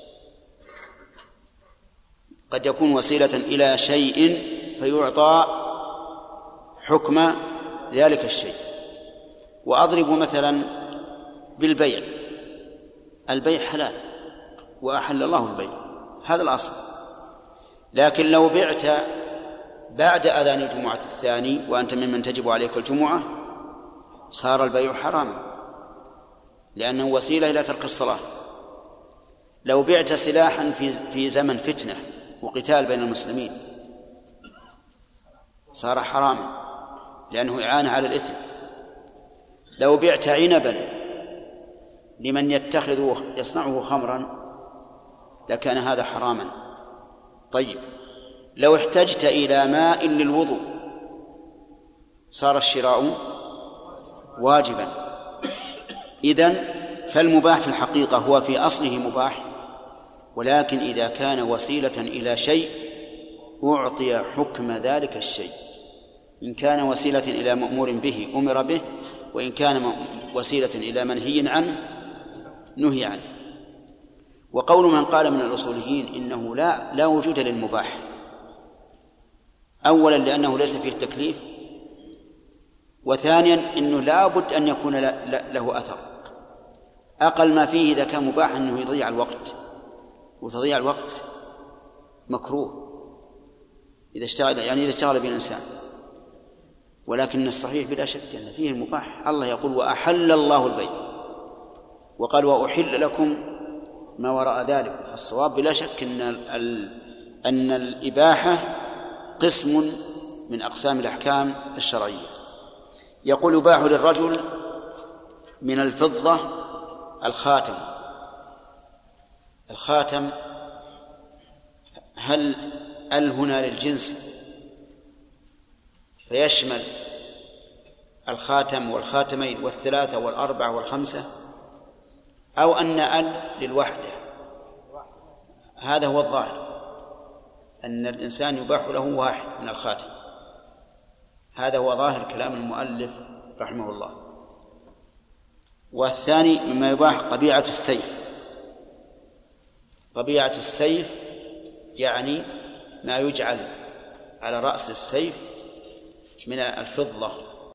قد يكون وسيلة إلى شيء فيعطى حكم ذلك الشيء. وأضرب مثلا بالبيع، البيع حلال وأحل الله البيع، هذا الأصل. لكن لو بعت بعد أذان الجمعة الثاني وأنت ممن تجب عليك الجمعة صار البيع حراما، لأنه وسيلة إلى ترك الصلاة. لو بعت سلاحا في في زمن فتنة وقتال بين المسلمين صار حراما، لأنه إعانة على الإثم. لو بعت عنبا لمن يتخذ يصنعه خمرا لكان هذا حراما. طيب، لو احتجت إلى ماء للوضوء صار الشراء واجبا. إذن فالمباح في الحقيقة هو في أصله مباح، ولكن إذا كان وسيلة إلى شيء أعطي حكم ذلك الشيء. إن كان وسيلة إلى مأمور به أمر به، وإن كان وسيلة إلى منهي عنه نهي عنه. وقول من قال من الأصوليين إنه لا لا وجود للمباح، أولا لأنه ليس فيه التكليف، وثانيا إنه لا بد أن يكون له أثر. أقل ما فيه إذا كان مباح أنه يضيع الوقت، وتضيع الوقت مكروه إذا اشتغل، يعني إذا اشتغل به الإنسان. ولكن الصحيح بلا شك أن فيه المباح. الله يقول وأحل الله البيع، وقال وأحل لكم ما وراء ذلك. الصواب بلا شك أن أن الإباحة قسم من أقسام الأحكام الشرعية. يقول يباح للرجل من الفضة الخاتم. الخاتم هل ال هنا للجنس فيشمل الخاتم والخاتمين والثلاثة والأربعة والخمسة، أو أن ال للوحدة؟ هذا هو الظاهر، أن الإنسان يباح له واحد من الخاتم. هذا هو ظاهر كلام المؤلف رحمه الله. والثاني مما يباح طبيعة السيف. طبيعة السيف يعني ما يجعل على رأس السيف من الفضة